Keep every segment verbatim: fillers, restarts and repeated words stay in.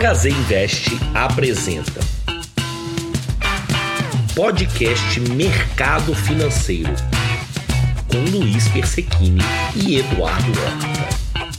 H Z Invest apresenta Podcast Mercado Financeiro com Luiz Persequini e Eduardo Horta.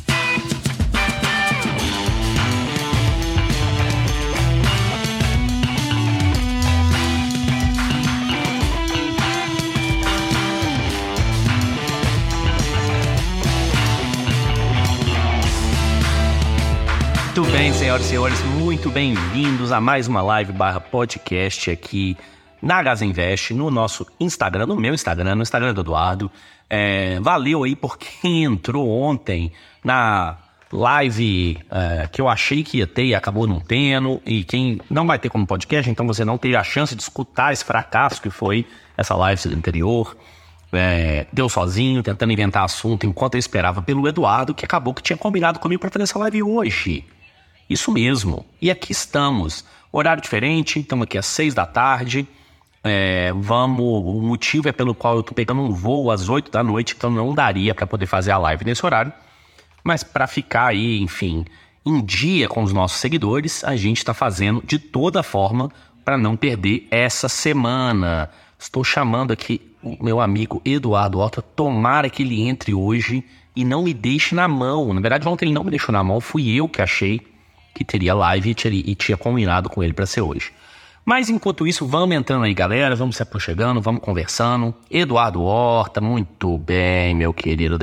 Muito bem, senhoras e senhores, muito bem-vindos a mais uma live barra podcast aqui na H Z Invest, no nosso Instagram, no meu Instagram, no Instagram do Eduardo. É, valeu aí por quem entrou ontem na live é, que eu achei que ia ter e acabou não tendo, e quem não vai ter como podcast, então você não teve a chance de escutar esse fracasso que foi essa live anterior. É, deu sozinho, tentando inventar assunto enquanto eu esperava pelo Eduardo, que acabou que tinha combinado comigo para fazer essa live hoje. Isso mesmo. E aqui estamos. Horário diferente, estamos aqui às seis da tarde. É, vamos, o motivo é pelo qual eu tô pegando um voo às oito da noite, então não daria para poder fazer a live nesse horário. Mas para ficar aí, enfim, em dia com os nossos seguidores, a gente está fazendo de toda forma para não perder essa semana. Estou chamando aqui o meu amigo Eduardo Horta, tomara que ele entre hoje e não me deixe na mão. Na verdade, ontem ele não me deixou na mão, fui eu que achei que teria live e tinha, e tinha combinado com ele para ser hoje. Mas enquanto isso, vamos entrando aí, galera, vamos se aproximando, vamos conversando. Eduardo Horta, muito bem, meu querido.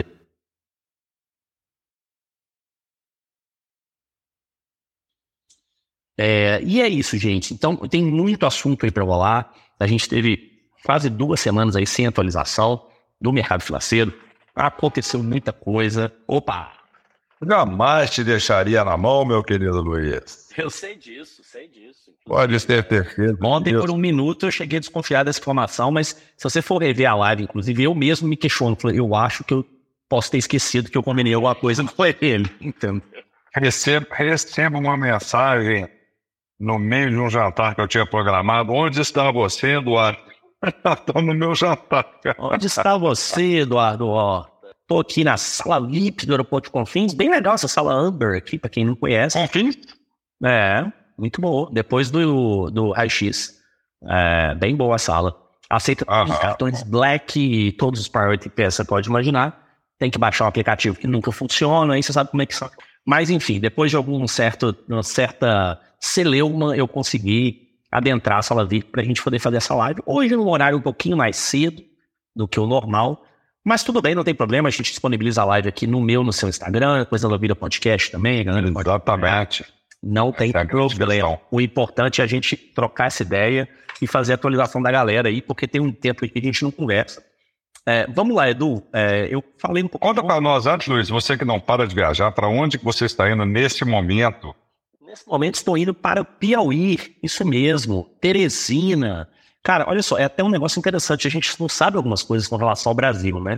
É, e é isso, gente. Então, tem muito assunto aí para rolar. A gente teve quase duas semanas aí sem atualização do mercado financeiro. Aconteceu muita coisa. Opa! Jamais te deixaria na mão, meu querido Luiz. Eu sei disso, sei disso. Pode ter certeza. Ontem, por um minuto, eu cheguei a desconfiar dessa informação, mas se você for rever a live, inclusive, eu mesmo me questiono. Eu acho que eu posso ter esquecido que eu combinei alguma coisa com ele. Entendeu? Recebo, recebo uma mensagem no meio de um jantar que eu tinha programado. Onde está você, Eduardo? Estou no meu jantar. Onde está você, Eduardo Horta? Estou aqui na sala V I P do aeroporto de Confins. Bem legal essa sala Amber aqui, para quem não conhece. Confins? É, muito boa. Depois do, do raio-x. É, bem boa a sala. Aceita todos os cartões Black e todos os Priority Pass, você pode imaginar. Tem que baixar um aplicativo que nunca funciona, aí você sabe como é que são. Mas enfim, depois de algum certo, uma certa celeuma, eu consegui adentrar a sala V I P para a gente poder fazer essa live. Hoje num horário um pouquinho mais cedo do que o normal. Mas tudo bem, não tem problema, a gente disponibiliza a live aqui no meu, no seu Instagram, coisa da Vida Podcast também, galera. Exatamente. Não tem Essa problema. O importante é a gente trocar essa ideia e fazer a atualização da galera aí, porque tem um tempo que a gente não conversa. É, vamos lá, Edu, é, eu falei um pouco... Conta para nós antes, Luiz, você que não para de viajar, para onde que você está indo neste momento? Nesse momento estou indo para Piauí, isso mesmo, Teresina. Cara, olha só, é até um negócio interessante, a gente não sabe algumas coisas com relação ao Brasil, né?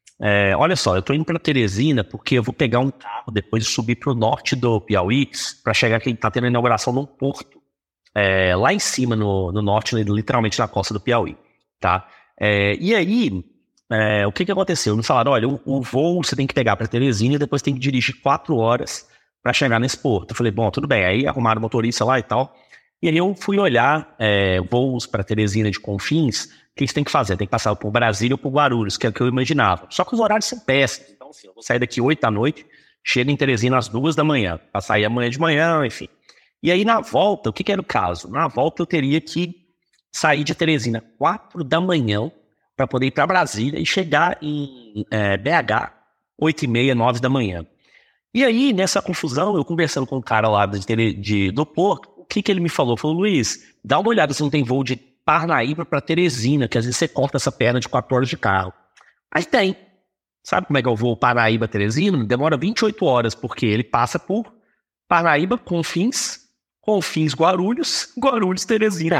É, olha só, eu tô indo para Teresina porque eu vou pegar um carro depois de subir para o norte do Piauí para chegar aqui, tá tendo a inauguração de um porto é, lá em cima, no, no norte, literalmente na costa do Piauí, tá? É, e aí, é, o que que aconteceu? Me falaram, olha, o, o voo você tem que pegar para Teresina e depois tem que dirigir quatro horas para chegar nesse porto. Eu falei, bom, tudo bem, aí arrumaram o motorista lá e tal. E aí eu fui olhar é, voos para Teresina de Confins, o que eles têm que fazer? Tem que passar por Brasília ou por Guarulhos, que é o que eu imaginava. Só que os horários são péssimos. Então, assim, eu vou sair daqui oito da noite, chego em Teresina às duas da manhã, para sair amanhã de manhã, enfim. E aí, na volta, o que, que era o caso? Na volta, eu teria que sair de Teresina quatro da manhã para poder ir para Brasília e chegar em é, B H oito e meia, nove da manhã. E aí, nessa confusão, eu conversando com o cara lá de, de, do porto, o que, que ele me falou? Falou, Luiz, dá uma olhada se não tem voo de Parnaíba para Teresina, que às vezes você corta essa perna de quatro horas de carro. Aí tem. Sabe como é que é o voo Parnaíba-Teresina? Demora vinte e oito horas, porque ele passa por Parnaíba, Confins, Confins, Guarulhos, Guarulhos, Teresina.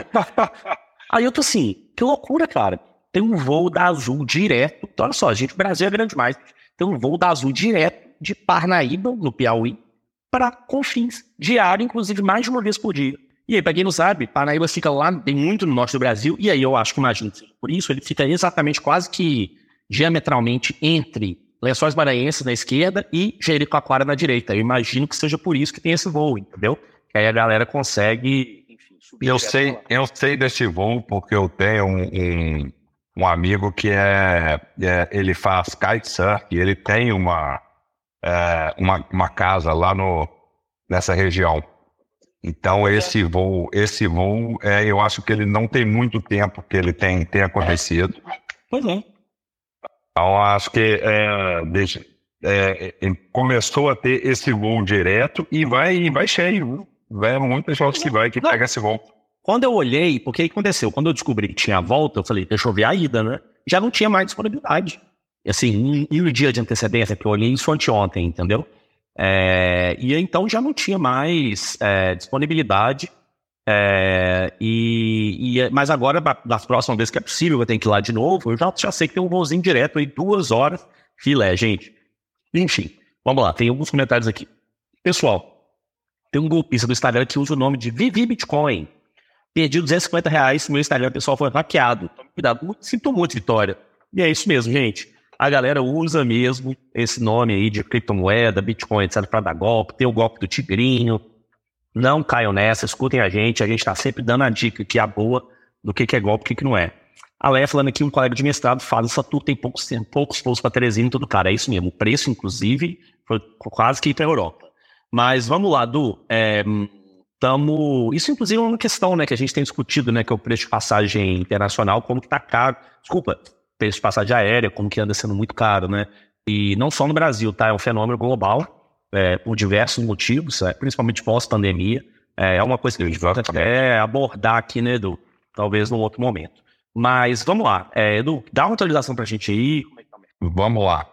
Aí eu tô assim, que loucura, cara. Tem um voo da Azul direto. Então, olha só, gente, o Brasil é grande demais. Tem um voo da Azul direto de Parnaíba, no Piauí, para Confins, diário, inclusive mais de uma vez por dia. E aí, para quem não sabe, Parnaíba fica lá, bem muito no norte do Brasil, e aí eu acho que, imagino que seja por isso, ele fica exatamente quase que diametralmente entre Lençóis Maranhenses na esquerda e Jericoacoara na direita. Eu imagino que seja por isso que tem esse voo, entendeu? aí a galera consegue, enfim, subir. Eu sei, eu sei desse voo porque eu tenho um, um, um amigo que é, é, ele faz kitesurf e ele tem uma, é, uma, uma casa lá no, nessa região. Então esse voo, esse voo é, eu acho que ele não tem muito tempo que ele tem, tem acontecido. Pois é. Então acho que é, deixa, é, é, começou a ter esse voo direto e vai, vai cheio. Vai muita gente que vai que Não. pega esse voo. Quando eu olhei, porque o que aconteceu? Quando eu descobri que tinha a volta, eu falei, deixa eu ver a ida, né? Já não tinha mais disponibilidade. E assim, e o dia de antecedência, que eu olhei isso anteontem, entendeu? É, e então já não tinha mais é, disponibilidade. É, e, e, mas agora, das próximas vezes que é possível, eu tenho que ir lá de novo, eu já, já sei que tem um voozinho direto aí, duas horas, filé, gente. Enfim, vamos lá, tem alguns comentários aqui. Pessoal, tem um golpista do Instagram que usa o nome de Vivi Bitcoin. Perdi duzentos e cinquenta reais, meu Instagram pessoal foi hackeado. Tome cuidado, sinto muito, Vitória. E é isso mesmo, gente. A galera usa mesmo esse nome aí de criptomoeda, Bitcoin, etcétera, para dar golpe. Tem o golpe do Tigrinho. Não caiam nessa, escutem a gente. A gente está sempre dando a dica que é a boa do que, que é golpe e o que, que não é. A Leia falando aqui, um colega de mestrado fala, essa tour tem poucos, poucos voos para Teresina e tudo, cara. É isso mesmo. O preço, inclusive, foi quase que ir para a Europa. Mas vamos lá, Du. É, tamo... Isso, inclusive, é uma questão, né, que a gente tem discutido, né, que é o preço de passagem internacional, como que tá caro. Desculpa, preço de passagem aérea, como que anda sendo muito caro, né? E não só no Brasil, tá? É um fenômeno global, é, por diversos motivos, é, principalmente pós-pandemia. É, é uma coisa que a gente vai até abordar aqui, né, Edu? Talvez num outro momento. Mas vamos lá. É, Edu, dá uma atualização pra gente aí. Como é que tá? Vamos lá.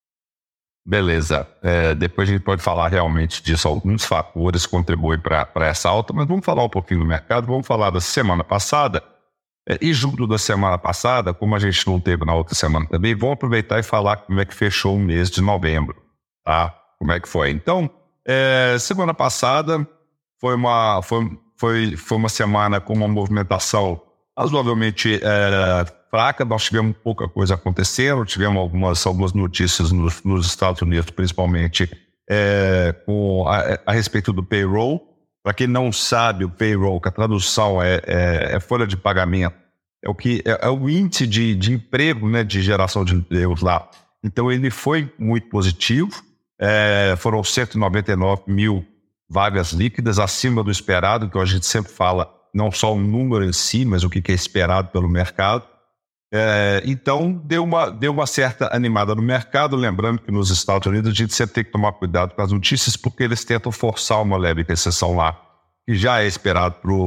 Beleza. É, depois a gente pode falar realmente disso, alguns fatores contribuem para essa alta, mas vamos falar um pouquinho do mercado, vamos falar da semana passada. É, e junto da semana passada, como a gente não teve na outra semana também, vamos aproveitar e falar como é que fechou o mês de novembro, tá? Como é que foi? Então, é, semana passada foi uma, foi, foi, foi uma semana com uma movimentação razoavelmente é, fraca, nós tivemos pouca coisa acontecendo, tivemos algumas, algumas notícias nos, nos Estados Unidos, principalmente é, com a, a respeito do payroll. Para quem não sabe, o payroll, que a tradução é, é, é folha de pagamento, é o, que, é, é o índice de, de emprego, né, de geração de empregos lá. Então ele foi muito positivo, é, foram cento e noventa e nove mil vagas líquidas, acima do esperado, que a gente sempre fala, não só o número em si, mas o que é esperado pelo mercado. É, então, deu uma, deu uma certa animada no mercado, lembrando que nos Estados Unidos a gente sempre tem que tomar cuidado com as notícias, porque eles tentam forçar uma leve recessão lá, que já é esperado para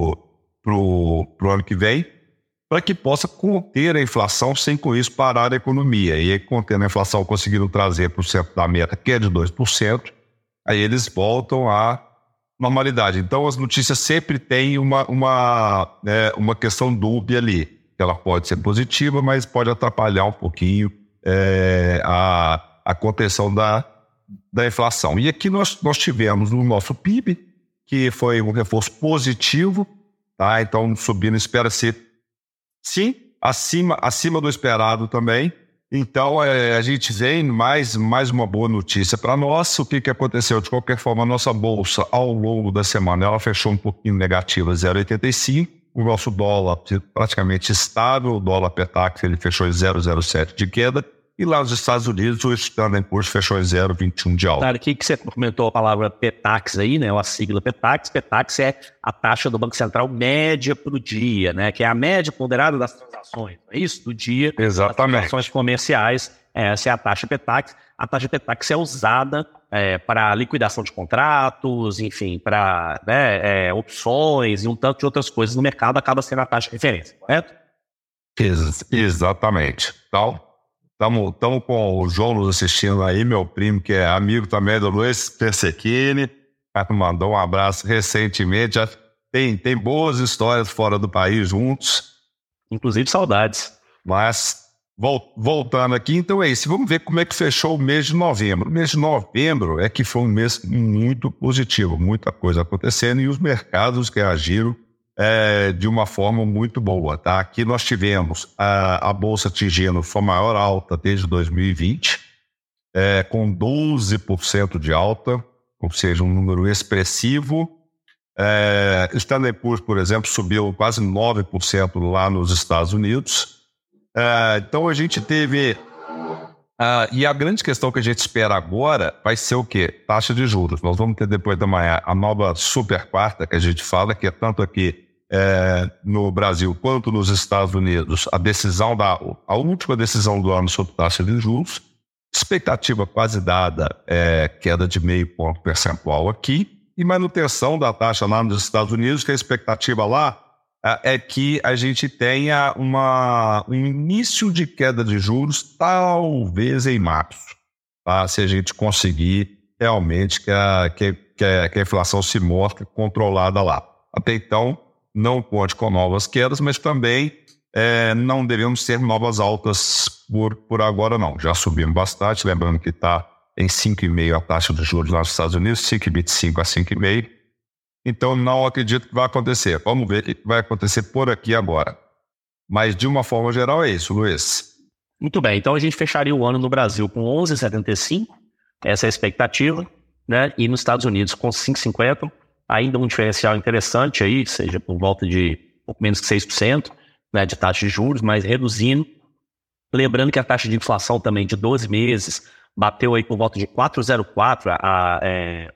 o ano que vem, para que possa conter a inflação sem com isso parar a economia. E aí, contendo a inflação, conseguindo trazer para o centro da meta, que é de dois por cento, aí eles voltam à normalidade. Então, as notícias sempre têm uma, uma, é, uma questão dúbia ali. Ela pode ser positiva, mas pode atrapalhar um pouquinho é, a, a contenção da, da inflação. E aqui nós, nós tivemos o nosso P I B, que foi um reforço positivo, tá? Então subindo, espera-se, sim, acima, acima do esperado também. Então é, a gente vem mais, mais uma boa notícia para nós. O que, que aconteceu? De qualquer forma, a nossa bolsa, ao longo da semana, ela fechou um pouquinho negativa, zero vírgula oitenta e cinco. O nosso dólar praticamente estável, o dólar Petax ele fechou em zero vírgula zero sete de queda, e lá nos Estados Unidos o Standard Poor's fechou em zero vírgula vinte e um de alta. Claro, aqui que você comentou a palavra Petax aí, né, a sigla Petax. Petax é a taxa do Banco Central média para o dia, né, que é a média ponderada das transações, não é isso? Do dia. Exatamente. Das transações comerciais, essa é a taxa Petax. A taxa Petax é usada é, para liquidação de contratos, enfim, para né, é, opções e um tanto de outras coisas no mercado, acaba sendo a taxa de referência, correto? Ex- exatamente. Então, estamos com o João nos assistindo aí, meu primo, que é amigo também do Luiz Persequini, mandou um abraço recentemente. Já tem, tem boas histórias fora do país juntos. Inclusive saudades. Mas, voltando aqui, então é isso. Vamos ver como é que fechou o mês de novembro. O mês de novembro é que foi um mês muito positivo, muita coisa acontecendo e os mercados reagiram é, de uma forma muito boa. Tá? Aqui nós tivemos a, a Bolsa atingindo sua maior alta desde dois mil e vinte, é, com doze por cento de alta, ou seja, um número expressivo. É, Standard and Poor's, por exemplo, subiu quase nove por cento lá nos Estados Unidos. É, então a gente teve... Uh, e a grande questão que a gente espera agora vai ser o quê? Taxa de juros. Nós vamos ter depois da manhã a nova super quarta que a gente fala, que é tanto aqui é, no Brasil quanto nos Estados Unidos, a decisão da, a última decisão do ano sobre taxa de juros. Expectativa quase dada é queda de meio ponto percentual aqui e manutenção da taxa lá nos Estados Unidos, que a expectativa lá é que a gente tenha uma, um início de queda de juros, talvez em março, tá? Se a gente conseguir realmente que a, que, que a, que a inflação se mostre controlada lá. Até então, não conte com novas quedas, mas também é, não devemos ter novas altas por, por agora, não. Já subimos bastante, lembrando que está em cinco vírgula cinco a taxa de juros lá nos Estados Unidos, cinco vírgula vinte e cinco a cinco vírgula cinco. Então, não acredito que vai acontecer. Vamos ver o que vai acontecer por aqui agora. Mas, de uma forma geral, é isso, Luiz. Muito bem. Então, a gente fecharia o ano no Brasil com onze vírgula setenta e cinco. Essa é a expectativa. Né? E nos Estados Unidos com cinco vírgula cinquenta. Ainda um diferencial interessante aí, seja por volta de pouco menos que seis por cento, né, de taxa de juros, mas reduzindo. Lembrando que a taxa de inflação também de doze meses bateu aí por volta de quatro vírgula zero quatro a, a, é,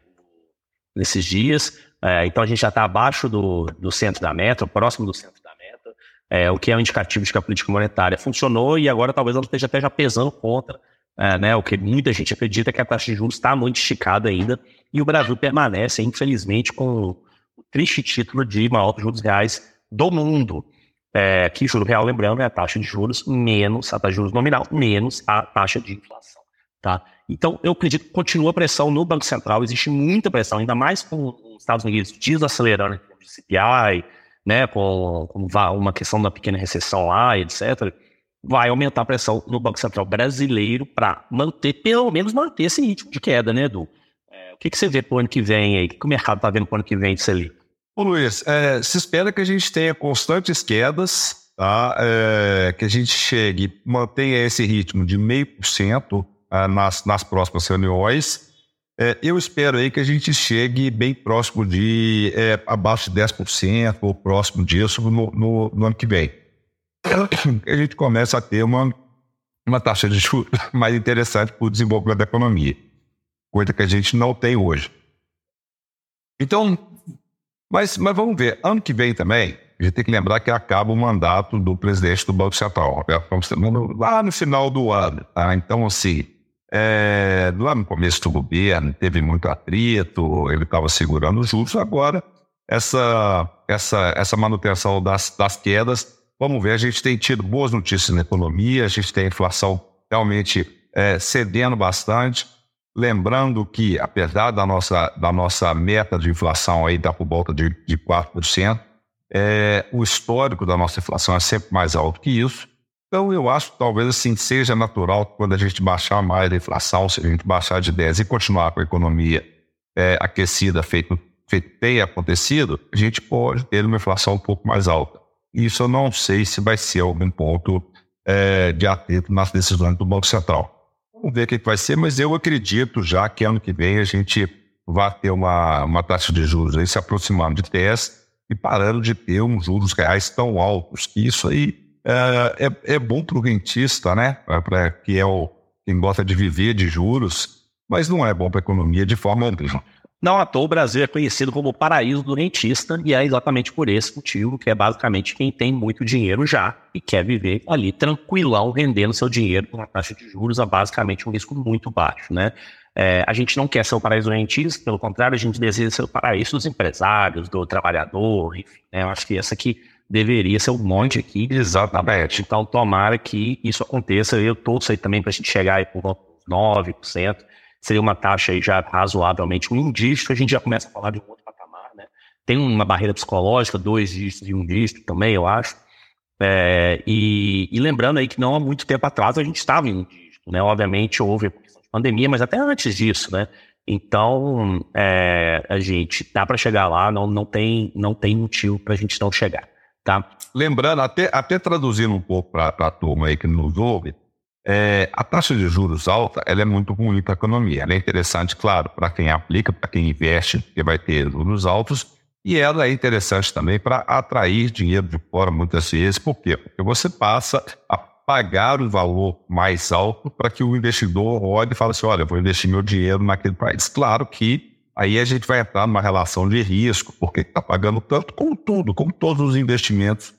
nesses dias. É, então a gente já está abaixo do, do centro da meta, próximo do centro da meta, é, o que é um indicativo de que a política monetária funcionou e agora talvez ela esteja até já pesando contra, é, né, o que muita gente acredita é que a taxa de juros está muito esticada ainda e o Brasil permanece, infelizmente, com o triste título de maior dos juros reais do mundo. É, que juro real, lembrando, é a taxa de juros menos, a taxa de juros nominal, menos a taxa de inflação. Tá? Então, eu acredito que continua a pressão no Banco Central, existe muita pressão, ainda mais com os Estados Unidos desacelerando o C P I, né, com, com uma questão da pequena recessão lá, etcétera, vai aumentar a pressão no Banco Central brasileiro para manter, pelo menos manter esse ritmo de queda, né, Edu? É, o que, que você vê para o ano que vem aí? O que, que o mercado está vendo para o ano que vem de Selic? Ô Luiz, é, se espera que a gente tenha constantes quedas, tá? É, que a gente chegue, mantenha esse ritmo de meio por cento Nas, nas próximas reuniões. É, eu espero aí que a gente chegue bem próximo de, é, abaixo de dez por cento ou próximo disso no, no, no ano que vem. A gente começa a ter uma, uma taxa de juros mais interessante para o desenvolvimento da economia, coisa que a gente não tem hoje. Então, mas, mas vamos ver, ano que vem também, a gente tem que lembrar que acaba o mandato do presidente do Banco Central, lá no final do ano. Tá? Então, assim, É, lá no começo do governo teve muito atrito, ele estava segurando os juros. Agora, essa, essa, essa manutenção das, das quedas, vamos ver, a gente tem tido boas notícias na economia, a gente tem a inflação realmente é, cedendo bastante. Lembrando que, apesar da nossa, da nossa meta de inflação aí estar por volta de, de quatro por cento, é, o histórico da nossa inflação é sempre mais alto que isso. Então, eu acho que talvez assim seja natural que quando a gente baixar mais a inflação, se a gente baixar de dez e continuar com a economia é, aquecida, feito, feito tenha acontecido, a gente pode ter uma inflação um pouco mais alta. Isso eu não sei se vai ser algum ponto é, de atrito nas decisões do Banco Central. Vamos ver o que vai ser, mas eu acredito já que ano que vem a gente vai ter uma, uma taxa de juros aí se aproximando de dez e parando de ter uns juros reais tão altos. Isso aí É, é, é bom para o rentista, né? Pra, que é o, quem gosta de viver de juros, mas não é bom para a economia de forma alguma. Não à toa o Brasil é conhecido como o paraíso do rentista e é exatamente por esse motivo que é basicamente quem tem muito dinheiro já e quer viver ali tranquilão, rendendo seu dinheiro com uma taxa de juros a basicamente um risco muito baixo, né? É, a gente não quer ser o paraíso do rentista, pelo contrário, a gente deseja ser o paraíso dos empresários, do trabalhador, enfim, né? Eu acho que essa aqui deveria ser um monte aqui. Exatamente. Então, tomara que isso aconteça. Eu torço aí também para a gente chegar aí por nove por cento. Seria uma taxa aí já razoavelmente um indígito. A gente já começa a falar de um outro patamar, né? Tem uma barreira psicológica, dois dígitos e um dígito também, eu acho. É, e, e lembrando aí que não há muito tempo atrás a gente estava em um dígito, né? Obviamente houve a questão de pandemia, mas até antes disso, né? Então, é, a gente dá para chegar lá, não, não, tem, não tem motivo para a gente não chegar. Tá. Lembrando, até, até traduzindo um pouco para a turma aí que nos ouve, é, a taxa de juros alta ela é muito ruim para a economia. Ela é interessante, claro, para quem aplica, para quem investe, porque vai ter juros altos, E ela é interessante também para atrair dinheiro de fora muitas vezes. Por quê? Porque você passa a pagar um valor mais alto para que o investidor olhe e fale assim, olha, eu vou investir meu dinheiro naquele país. Claro que aí a gente vai entrar numa relação de risco, porque está pagando tanto como tudo, como todos os investimentos,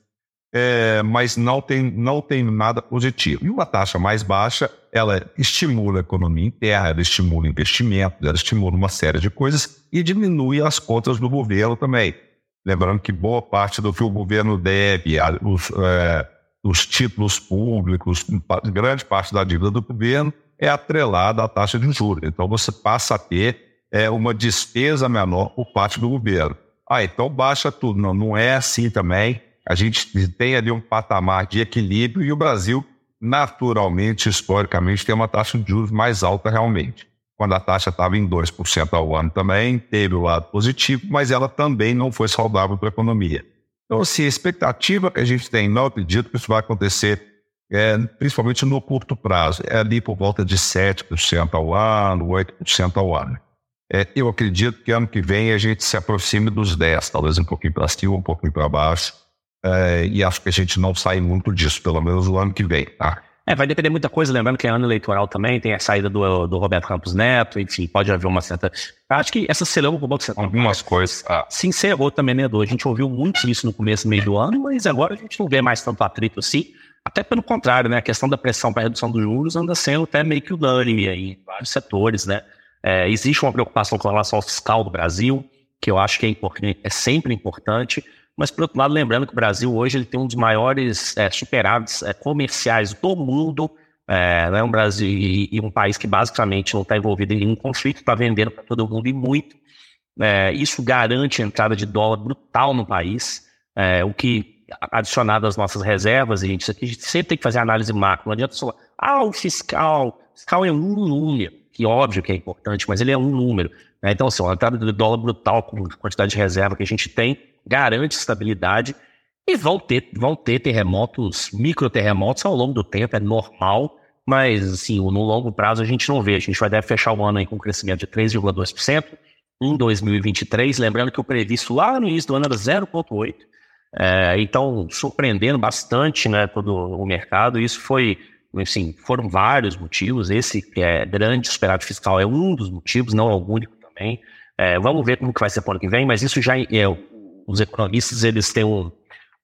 é, mas não tem, não tem nada positivo. E uma taxa mais baixa, ela estimula a economia interna, ela estimula investimento, ela estimula uma série de coisas e diminui as contas do governo também. Lembrando que boa parte do que o governo deve, os, é, os títulos públicos, grande parte da dívida do governo é atrelada à taxa de juros. Então você passa a ter é, uma despesa menor por parte do governo. Ah, então baixa tudo. Não, não é assim também. A gente tem ali um patamar de equilíbrio e o Brasil, naturalmente, historicamente, tem uma taxa de juros mais alta realmente. Quando a taxa estava em dois por cento ao ano também, teve o lado positivo, mas ela também não foi saudável para a economia. Então, assim, a expectativa que a gente tem, não acredito que isso vai acontecer, é, principalmente no curto prazo, é ali por volta de sete por cento ao ano, oito por cento ao ano. É, eu acredito que ano que vem a gente se aproxime dos dez por cento, talvez um pouquinho para cima, um pouquinho para baixo. É, e acho que a gente não sai muito disso, pelo menos o ano que vem, tá? É, vai depender muita coisa, lembrando que é ano eleitoral também, tem a saída do, do Roberto Campos Neto, enfim, pode haver uma certa... Acho que essa celeuma com o Banco Central... Algumas coisas... Ah. Se encerrou também, né, Edu? A gente ouviu muito isso no começo, no meio do ano, mas agora a gente não vê mais tanto atrito assim, até pelo contrário, né, a questão da pressão para a redução dos juros anda sendo até meio que unânime aí, em vários setores, né? É, existe uma preocupação com relação ao fiscal do Brasil, que eu acho que é, importante, é sempre importante, mas, por outro lado, lembrando que o Brasil hoje ele tem um dos maiores é, superávites é, comerciais do mundo, é, né, um Brasil, e, e um país que basicamente não está envolvido em nenhum conflito, está vendendo para todo mundo e muito. É, isso garante a entrada de dólar brutal no país, é, o que, adicionado às nossas reservas, a gente, a gente sempre tem que fazer análise macro. Não adianta só, ah, o fiscal, o fiscal é um número, que óbvio que é importante, mas ele é um número. Né? Então, assim, uma entrada de dólar brutal com a quantidade de reserva que a gente tem, garante estabilidade e vão ter, vão ter terremotos, microterremotos ao longo do tempo, é normal, mas assim, no longo prazo a gente não vê. A gente vai deve fechar o ano aí com um crescimento de três vírgula dois por cento em dois mil e vinte e três, lembrando que o previsto lá no início do ano era zero vírgula oito por cento, é, então surpreendendo bastante, né, todo o mercado. Isso foi, assim, foram vários motivos, esse que é grande superávit fiscal é um dos motivos, não é o único também. É, vamos ver como que vai ser para o ano que vem, mas isso já é... Os economistas, eles têm um,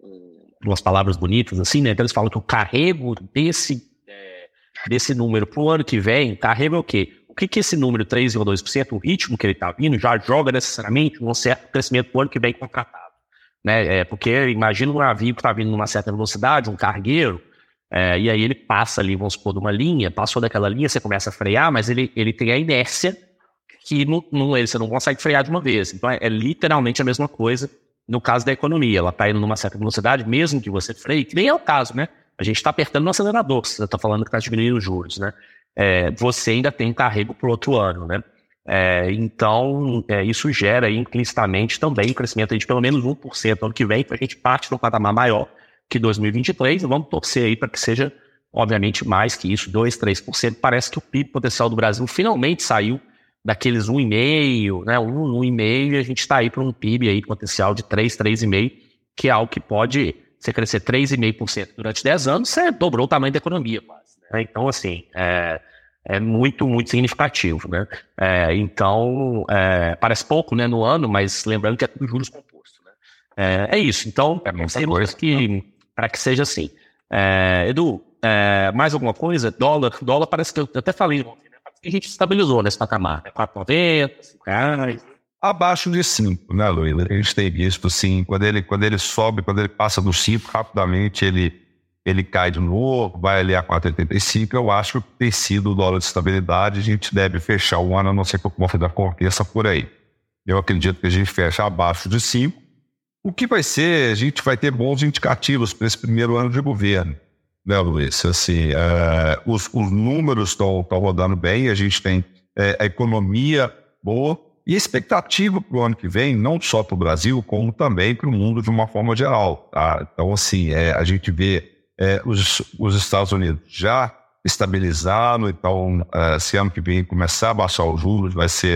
umas palavras bonitas, assim, né? Então eles falam que o carrego desse, é, desse número para o ano que vem, carrego é o quê? O que que esse número três vírgula dois por cento, o ritmo que ele está vindo, já joga necessariamente um certo crescimento para o ano que vem contratado, né? É, porque imagina um navio que está vindo numa certa velocidade, um cargueiro, é, e aí ele passa ali, vamos supor, de uma linha, passou daquela linha, você começa a frear, mas ele, ele tem a inércia que não, não, você não consegue frear de uma vez. Então é, é literalmente a mesma coisa no caso da economia. Ela está indo numa certa velocidade, mesmo que você freie, que nem é o caso, né? A gente está apertando no acelerador, você está falando que está diminuindo os juros, né? É, você ainda tem carrego para o outro ano, né? É, então, é, isso gera aí, implicitamente também um crescimento aí de pelo menos um por cento ano que vem, para a gente parte num patamar maior que dois mil e vinte e três, e vamos torcer aí para que seja, obviamente, mais que isso, dois, três por cento. Parece que o P I B potencial do Brasil finalmente saiu daqueles um vírgula cinco, né, um, um vírgula cinco, e a gente está aí para um P I B aí potencial de três, três vírgula cinco, que é algo que pode, você crescer três vírgula cinco por cento durante dez anos, você dobrou o tamanho da economia quase. Né? Então, assim, é, é muito, muito significativo. Né? É, então, é, parece pouco, né, no ano, mas lembrando que é tudo juros compostos. Né? É, é isso. Então, é muita coisa que para que seja assim. É, Edu, é, mais alguma coisa? Dólar, dólar parece que eu até falei ontem, que a gente estabilizou nesse patamar, né? quatro reais e noventa, cinco reais. Abaixo de cinco, né, Luiz? A gente tem visto, assim, quando ele, quando ele sobe, quando ele passa do cinco, rapidamente ele, ele cai de novo, vai ali a quatro reais e oitenta e cinco. Eu acho que tem sido o dólar de estabilidade, a gente deve fechar o ano, a não ser que o Confidência aconteça por aí. Eu acredito que a gente fecha abaixo de cinco. O que vai ser, a gente vai ter bons indicativos para esse primeiro ano de governo. Né, Luiz? Assim, é, os, os números estão rodando bem, a gente tem é, a economia boa e a expectativa para o ano que vem, não só para o Brasil, como também para o mundo de uma forma geral. Tá? Então, assim, é, a gente vê é, os, os Estados Unidos já estabilizando, então, é, se ano que vem começar a baixar os juros, vai ser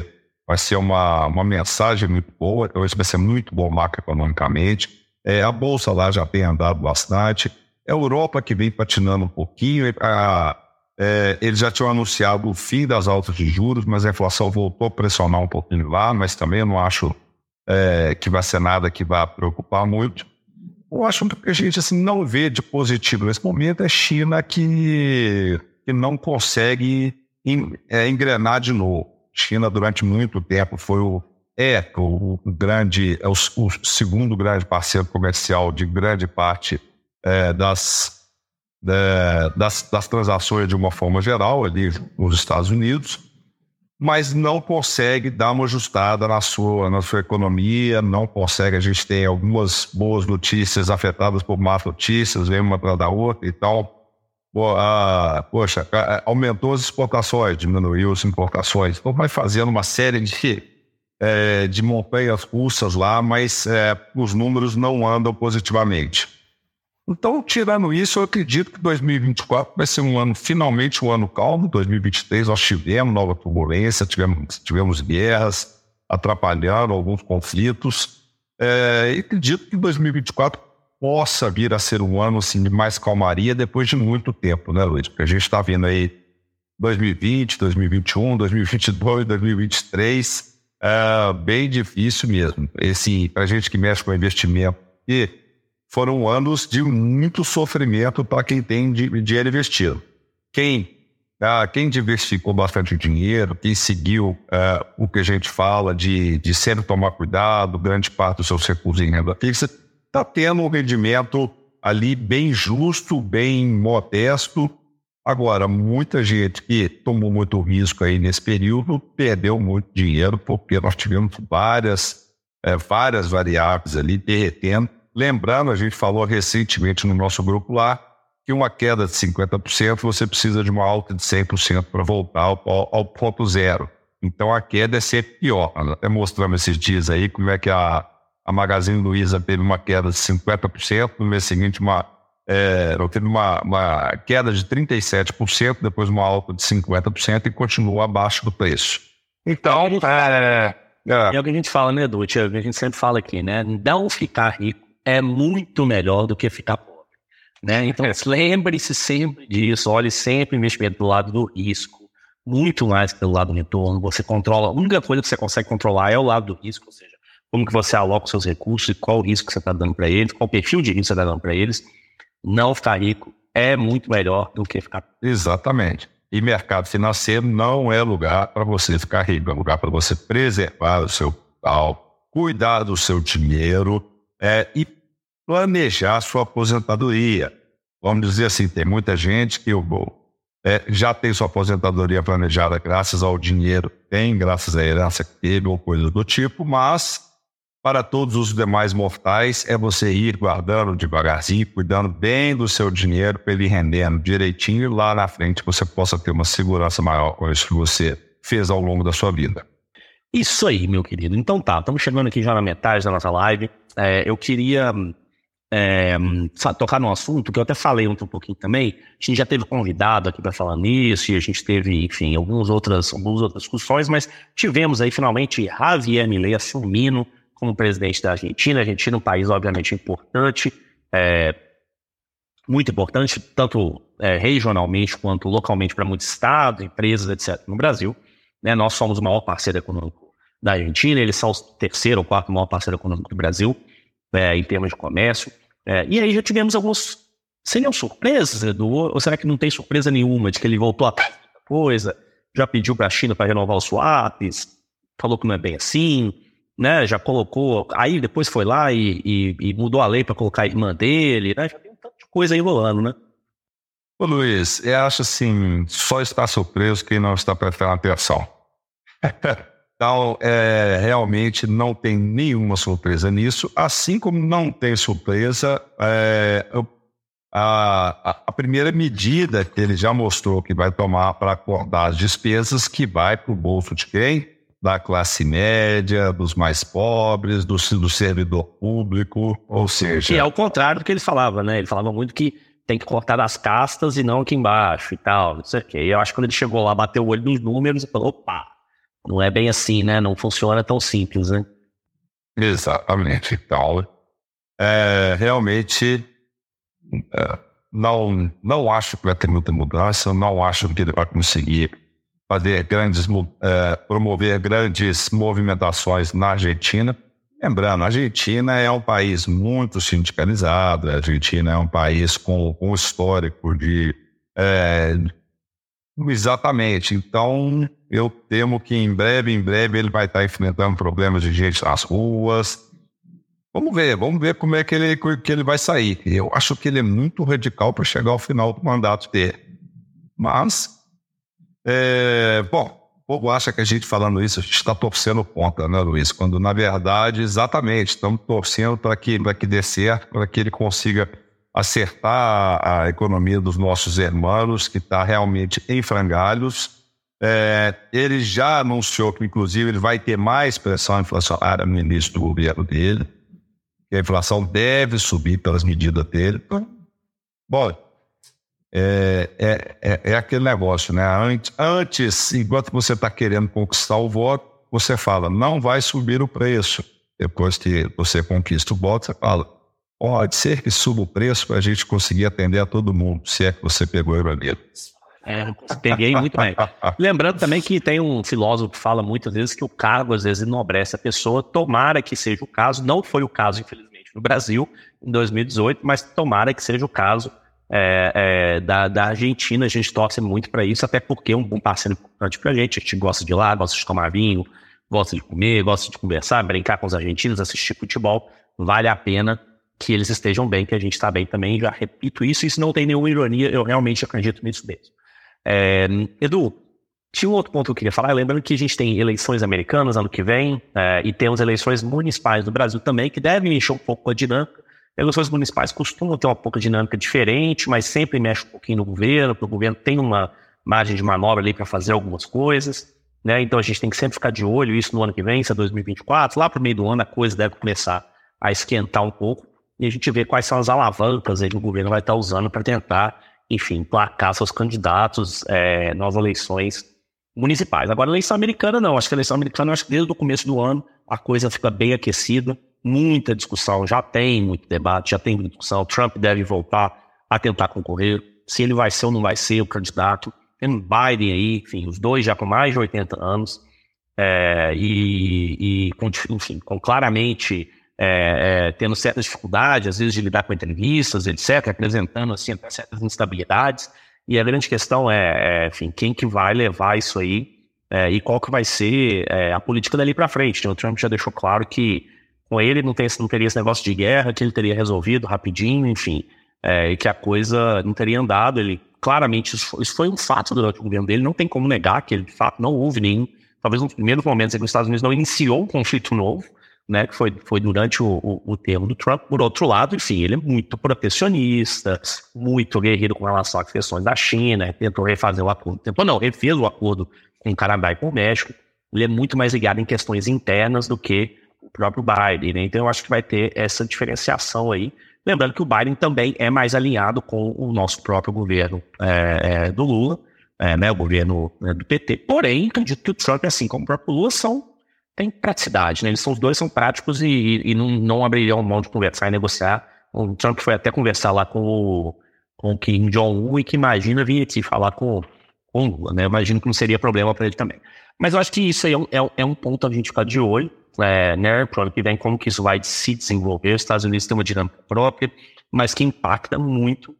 vai ser uma, uma mensagem muito boa, então isso vai ser muito bom macroeconomicamente. É, a Bolsa lá já tem andado bastante. É a Europa que vem patinando um pouquinho. A, é, eles já tinham anunciado o fim das altas de juros, mas a inflação voltou a pressionar um pouquinho lá, mas também eu não acho é, que vai ser nada que vai preocupar muito. Eu acho que a gente assim, não vê de positivo nesse momento é China que, que não consegue en, é, engrenar de novo. China, durante muito tempo, foi o, é, o, o, grande, é o, o segundo grande parceiro comercial de grande parte é, das, é, das, das transações de uma forma geral ali nos Estados Unidos, mas não consegue dar uma ajustada na sua, na sua economia, não consegue. A gente tem algumas boas notícias afetadas por más notícias, vem uma atrás da outra e tal. Poxa, aumentou as exportações, diminuiu as importações. Então vai fazendo uma série de, é, de montanhas russas lá, mas é, os números não andam positivamente. Então, tirando isso, eu acredito que dois mil e vinte e quatro vai ser um ano, finalmente um ano calmo. dois mil e vinte e três nós tivemos nova turbulência, tivemos, tivemos guerras atrapalhando alguns conflitos. É, e acredito que dois mil e vinte e quatro possa vir a ser um ano assim, de mais calmaria depois de muito tempo, né, Luiz? Porque a gente está vendo aí dois mil e vinte, dois mil e vinte e um, dois mil e vinte e dois, dois mil e vinte e três, é bem difícil mesmo. Esse, para a gente que mexe com investimento, e foram anos de muito sofrimento para quem tem dinheiro investido. Quem, ah, quem diversificou bastante dinheiro, quem seguiu ah, o que a gente fala de, de sempre tomar cuidado, grande parte dos seus recursos em renda fixa, está tendo um rendimento ali bem justo, bem modesto. Agora, muita gente que tomou muito risco aí nesse período perdeu muito dinheiro porque nós tivemos várias, é, várias variáveis ali derretendo. Lembrando, a gente falou recentemente no nosso grupo lá, que uma queda de cinquenta por cento você precisa de uma alta de cem por cento para voltar ao, ao ponto zero. Então a queda é sempre pior. Até mostramos esses dias aí como é que a, a Magazine Luiza teve uma queda de cinquenta por cento, no mês seguinte uma, é, teve uma, uma queda de trinta e sete por cento, depois uma alta de cinquenta por cento e continua abaixo do preço. Então, é, é, é o que a gente fala, né, Edu? É o que a gente sempre fala aqui, né? Não ficar rico é muito melhor do que ficar pobre, né? Então, lembre-se sempre disso, olhe sempre o investimento do lado do risco, muito mais que pelo lado do retorno. Você controla, a única coisa que você consegue controlar é o lado do risco, ou seja, como que você aloca os seus recursos e qual o risco que você está dando para eles, qual o perfil de risco que você está dando para eles. Não ficar rico é muito melhor do que ficar pobre. Exatamente. E mercado financeiro não é lugar para você ficar rico, é lugar para você preservar o seu capital, cuidar do seu dinheiro, É, e planejar a sua aposentadoria. Vamos dizer assim, tem muita gente que é, já tem sua aposentadoria planejada graças ao dinheiro que tem, graças à herança que teve ou coisa do tipo, mas para todos os demais mortais é você ir guardando devagarzinho, cuidando bem do seu dinheiro para ele rendendo direitinho e lá na frente você possa ter uma segurança maior com isso que você fez ao longo da sua vida. Isso aí, meu querido. Então tá, estamos chegando aqui já na metade da nossa live. É, eu queria é, tocar num assunto que eu até falei um pouquinho também. A gente já teve convidado aqui para falar nisso e a gente teve, enfim, algumas outras, algumas outras discussões, mas tivemos aí finalmente Javier Milei assumindo como presidente da Argentina. A Argentina é um país obviamente importante, é, muito importante, tanto é, regionalmente quanto localmente para muitos estados, empresas, etcétera no Brasil. Né? Nós somos o maior parceiro econômico da Argentina, eles são o terceiro ou quarto maior parceiro econômico do Brasil, é, em termos de comércio. É, e aí já tivemos alguns... Seriam surpresas, Edu? Ou será que não tem surpresa nenhuma de que ele voltou atrás de muita coisa, já pediu para a China para renovar os swaps, falou que não é bem assim, né? Já colocou... Aí depois foi lá e, e, e mudou a lei para colocar a irmã dele, né? Já tem um tanto de coisa aí rolando, né? Ô Luiz, eu acho assim, só está surpreso quem não está prestando atenção. Então, é, realmente não tem nenhuma surpresa nisso, assim como não tem surpresa é, a, a primeira medida que ele já mostrou que vai tomar para acordar as despesas, que vai para o bolso de quem? Da classe média, dos mais pobres, do, do servidor público, ou seja... Que é o contrário do que ele falava, né? Ele falava muito que tem que cortar das castas e não aqui embaixo e tal, não sei o quê. E eu acho que quando ele chegou lá, bateu o olho nos números e falou, opa, não é bem assim, né? Não funciona tão simples, né? Exatamente. Então, é, realmente, é, não, não acho que vai ter muita mudança, não acho que ele vai conseguir fazer grandes, é, promover grandes movimentações na Argentina. Lembrando, a Argentina é um país muito sindicalizado, a Argentina é um país com um histórico de... É, exatamente. Então, eu temo que em breve, em breve, ele vai estar enfrentando problemas de gente nas ruas. Vamos ver, vamos ver como é que ele, que ele vai sair. Eu acho que ele é muito radical para chegar ao final do mandato dele. Mas, é, bom, o povo acha que a gente falando isso, a gente está torcendo contra, né, Luiz? Quando, na verdade, exatamente, estamos torcendo para que, para que dê certo, para que ele consiga acertar a economia dos nossos irmãos, que está realmente em frangalhos. É, ele já anunciou que, inclusive, ele vai ter mais pressão inflacionária no início do governo dele, que a inflação deve subir pelas medidas dele. Bom, é, é, é, é aquele negócio, né? Antes, antes enquanto você está querendo conquistar o voto, você fala, não vai subir o preço. Depois que você conquista o voto, você fala, pode ser que suba o preço para a gente conseguir atender a todo mundo, se é que você pegou o dinheiro. É, peguei muito bem. Lembrando também que tem um filósofo que fala muitas vezes que o cargo às vezes enobrece a pessoa. Tomara que seja o caso. Não foi o caso, infelizmente, no Brasil em dois mil e dezoito, mas tomara que seja o caso é, é, da, da Argentina. A gente torce muito para isso, até porque é um bom parceiro importante para a gente. A gente gosta de ir lá, gosta de tomar vinho, gosta de comer, gosta de conversar, brincar com os argentinos, assistir futebol. Vale a pena que eles estejam bem, que a gente está bem também. Já repito isso, isso não tem nenhuma ironia, eu realmente acredito nisso mesmo. É, Edu, tinha um outro ponto que eu queria falar, lembrando que a gente tem eleições americanas ano que vem, é, e temos eleições municipais no Brasil também, que devem mexer um pouco com a dinâmica. Eleições municipais costumam ter uma pouca dinâmica diferente, mas sempre mexe um pouquinho no governo, porque o governo tem uma margem de manobra ali para fazer algumas coisas, né? Então a gente tem que sempre ficar de olho, isso no ano que vem, se é dois mil e vinte e quatro, lá para o meio do ano a coisa deve começar a esquentar um pouco, e a gente vê quais são as alavancas aí que o governo vai estar usando para tentar, enfim, placar seus candidatos é, nas eleições municipais. Agora, a eleição americana não. Acho que a eleição americana, acho que desde o começo do ano, a coisa fica bem aquecida. Muita discussão, já tem muito debate, já tem muita discussão. Trump deve voltar a tentar concorrer. Se ele vai ser ou não vai ser o candidato. Tem Biden aí, enfim, os dois já com mais de oitenta anos. É, e, e, enfim, com claramente... É, é, tendo certas dificuldades, às vezes de lidar com entrevistas, etcétera, apresentando assim, até certas instabilidades, e a grande questão é, é enfim, quem que vai levar isso aí é, e qual que vai ser é, a política dali para frente. O Trump já deixou claro que com ele não, tem, não teria esse negócio de guerra, que ele teria resolvido rapidinho, enfim, é, e que a coisa não teria andado. Ele claramente, isso foi, isso foi um fato durante o governo dele, não tem como negar que ele de fato não houve nenhum, talvez nos primeiros momentos em que os Estados Unidos não iniciou um conflito novo, né, que foi, foi durante o, o, o termo do Trump. Por outro lado, enfim, ele é muito protecionista, muito guerreiro com relação às questões da China, tentou refazer o acordo, tentou não, refez o acordo com o Canadá e com o México. Ele é muito mais ligado em questões internas do que o próprio Biden, né? Então eu acho que vai ter essa diferenciação aí. Lembrando que o Biden também é mais alinhado com o nosso próprio governo é, é, do Lula, é, né, o governo é, do P T. Porém, acredito que o Trump, assim como o próprio Lula, são tem praticidade, né? Eles são, os dois são práticos e, e, e não, não abririam mão de conversar e negociar. O Trump foi até conversar lá com o, com o Kim Jong-un e que imagina vir aqui falar com, com o Lula, né? Imagino que não seria problema para ele também. Mas eu acho que isso aí é um, é, é um ponto a gente ficar de olho, é, né? Pro ano que vem, como que isso vai se desenvolver. Os Estados Unidos têm uma dinâmica própria, mas que impacta muito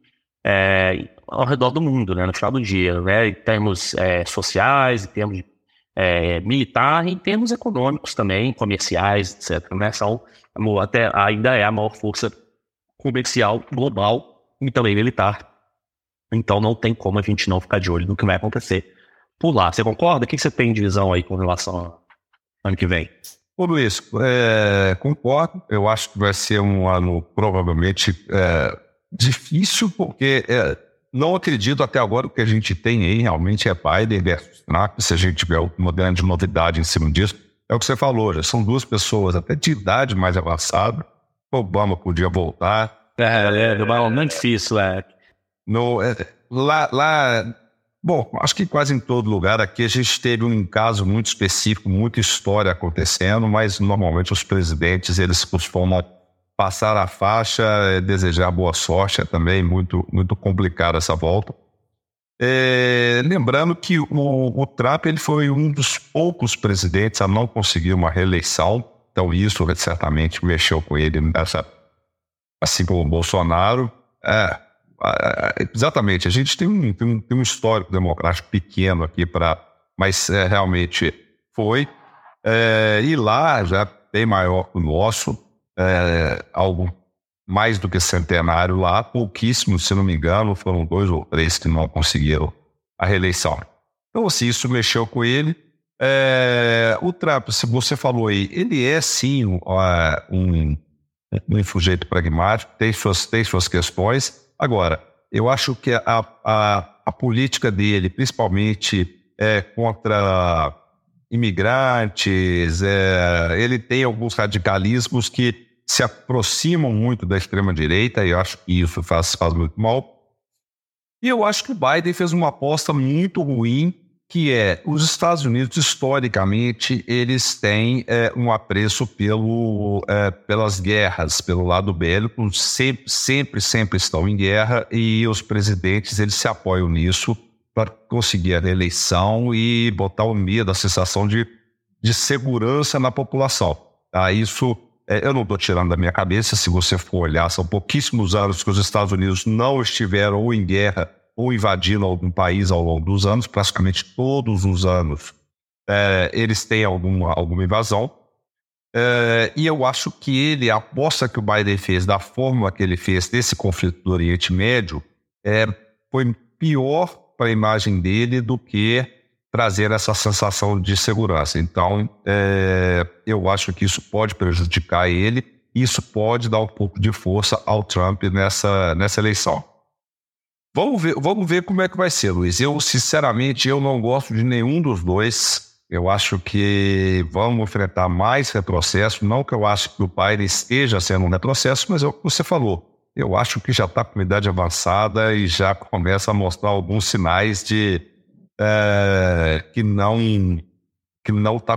é, ao redor do mundo, né? No final do dia, né? Em termos é, sociais, em termos de É, militar, em termos econômicos também, comerciais, etcétera. Né? São, até, ainda é a maior força comercial global e também militar. Então não tem como a gente não ficar de olho no que vai acontecer por lá. Você concorda? O que você tem de visão aí com relação ao ano que vem? Ô Luiz, é, concordo. Eu acho que vai ser um ano provavelmente é, difícil, porque... É, não acredito até agora o que a gente tem aí realmente é Biden versus Trump. Se a gente tiver uma grande novidade em cima disso, é o que você falou, já são duas pessoas até de idade mais avançada. Obama podia voltar. É, é, é, é difícil, é. No, é lá, lá Bom, acho que quase em todo lugar aqui a gente teve um caso muito específico, muita história acontecendo, mas normalmente os presidentes, eles costumam passar a faixa, desejar boa sorte, é também muito, muito complicado essa volta. É, lembrando que o, o Trump ele foi um dos poucos presidentes a não conseguir uma reeleição, então isso certamente mexeu com ele, nessa, assim como o Bolsonaro. É, é, exatamente, a gente tem um, tem um, tem um histórico democrático pequeno aqui, pra, mas é, realmente foi, é, e lá já bem maior que o nosso, é, algo mais do que centenário lá, pouquíssimos, se não me engano, foram dois ou três que não conseguiram a reeleição. Então, assim, isso mexeu com ele. É, o Trump, se você falou aí, ele é sim um, um, um sujeito pragmático, tem suas, tem suas questões. Agora, eu acho que a, a, a política dele, principalmente é, contra imigrantes, é, ele tem alguns radicalismos que se aproximam muito da extrema-direita, e eu acho que isso faz, faz muito mal. E eu acho que o Biden fez uma aposta muito ruim, que é, os Estados Unidos, historicamente, eles têm é, um apreço pelo, é, pelas guerras, pelo lado bélico, sempre, sempre, sempre estão em guerra, e os presidentes, eles se apoiam nisso para conseguir a reeleição e botar o medo, a sensação de, de segurança na população. Tá? Isso... Eu não estou tirando da minha cabeça, se você for olhar, são pouquíssimos anos que os Estados Unidos não estiveram ou em guerra ou invadindo algum país ao longo dos anos, praticamente todos os anos é, eles têm alguma, alguma invasão. É, e eu acho que ele, a aposta que o Biden fez, da forma que ele fez desse conflito do Oriente Médio, é, foi pior para a imagem dele do que trazer essa sensação de segurança. Então, é, eu acho que isso pode prejudicar ele, isso pode dar um pouco de força ao Trump nessa, nessa eleição. Vamos ver, vamos ver como é que vai ser, Luiz. Eu, sinceramente, eu não gosto de nenhum dos dois. Eu acho que vamos enfrentar mais retrocesso. Não que eu acho que o Biden esteja sendo um retrocesso, mas é o que você falou. Eu acho que já está com idade avançada e já começa a mostrar alguns sinais de... É, que não que não está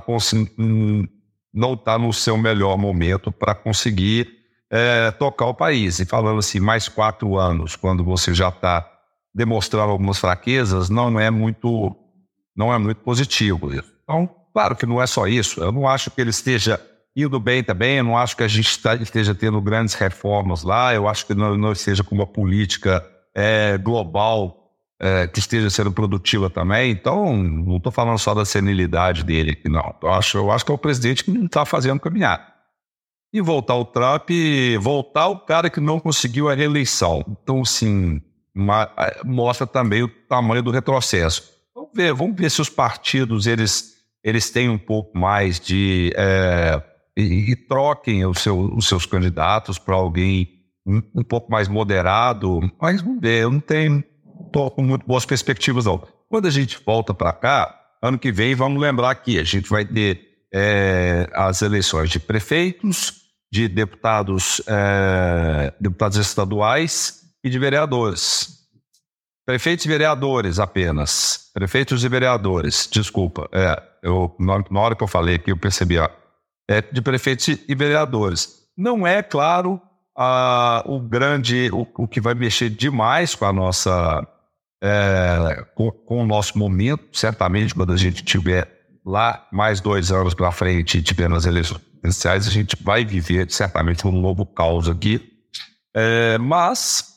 não tá no seu melhor momento para conseguir é, tocar o país. E falando assim, mais quatro anos, quando você já está demonstrando algumas fraquezas, não é muito, não é muito positivo isso. Então, claro que não é só isso. Eu não acho que ele esteja indo bem também, eu não acho que a gente esteja tendo grandes reformas lá, eu acho que não, não esteja com uma política é, global É, que esteja sendo produtiva também. Então, não estou falando só da senilidade dele aqui, não. Eu acho, eu acho que é o presidente que não está fazendo caminhar. E voltar o Trump, voltar o cara que não conseguiu a reeleição. Então, assim, uma, mostra também o tamanho do retrocesso. Vamos ver, vamos ver se os partidos eles, eles têm um pouco mais de... É, e, e troquem o seu, os seus candidatos para alguém um, um pouco mais moderado. Mas vamos ver, eu não tenho... Estou com muito boas perspectivas, não. Quando a gente volta para cá, ano que vem, vamos lembrar que a gente vai ter é, as eleições de prefeitos, de deputados, é, deputados estaduais e de vereadores. Prefeitos e vereadores apenas. Prefeitos e vereadores, desculpa. É, eu, na hora que eu falei aqui, eu percebi. Ó, é de prefeitos e vereadores. Não é, claro, a, o grande, o, o que vai mexer demais com a nossa... É, com, com o nosso momento, certamente quando a gente tiver lá mais dois anos para frente e tiver nas eleições presidenciais, a gente vai viver certamente um novo caos aqui, é, mas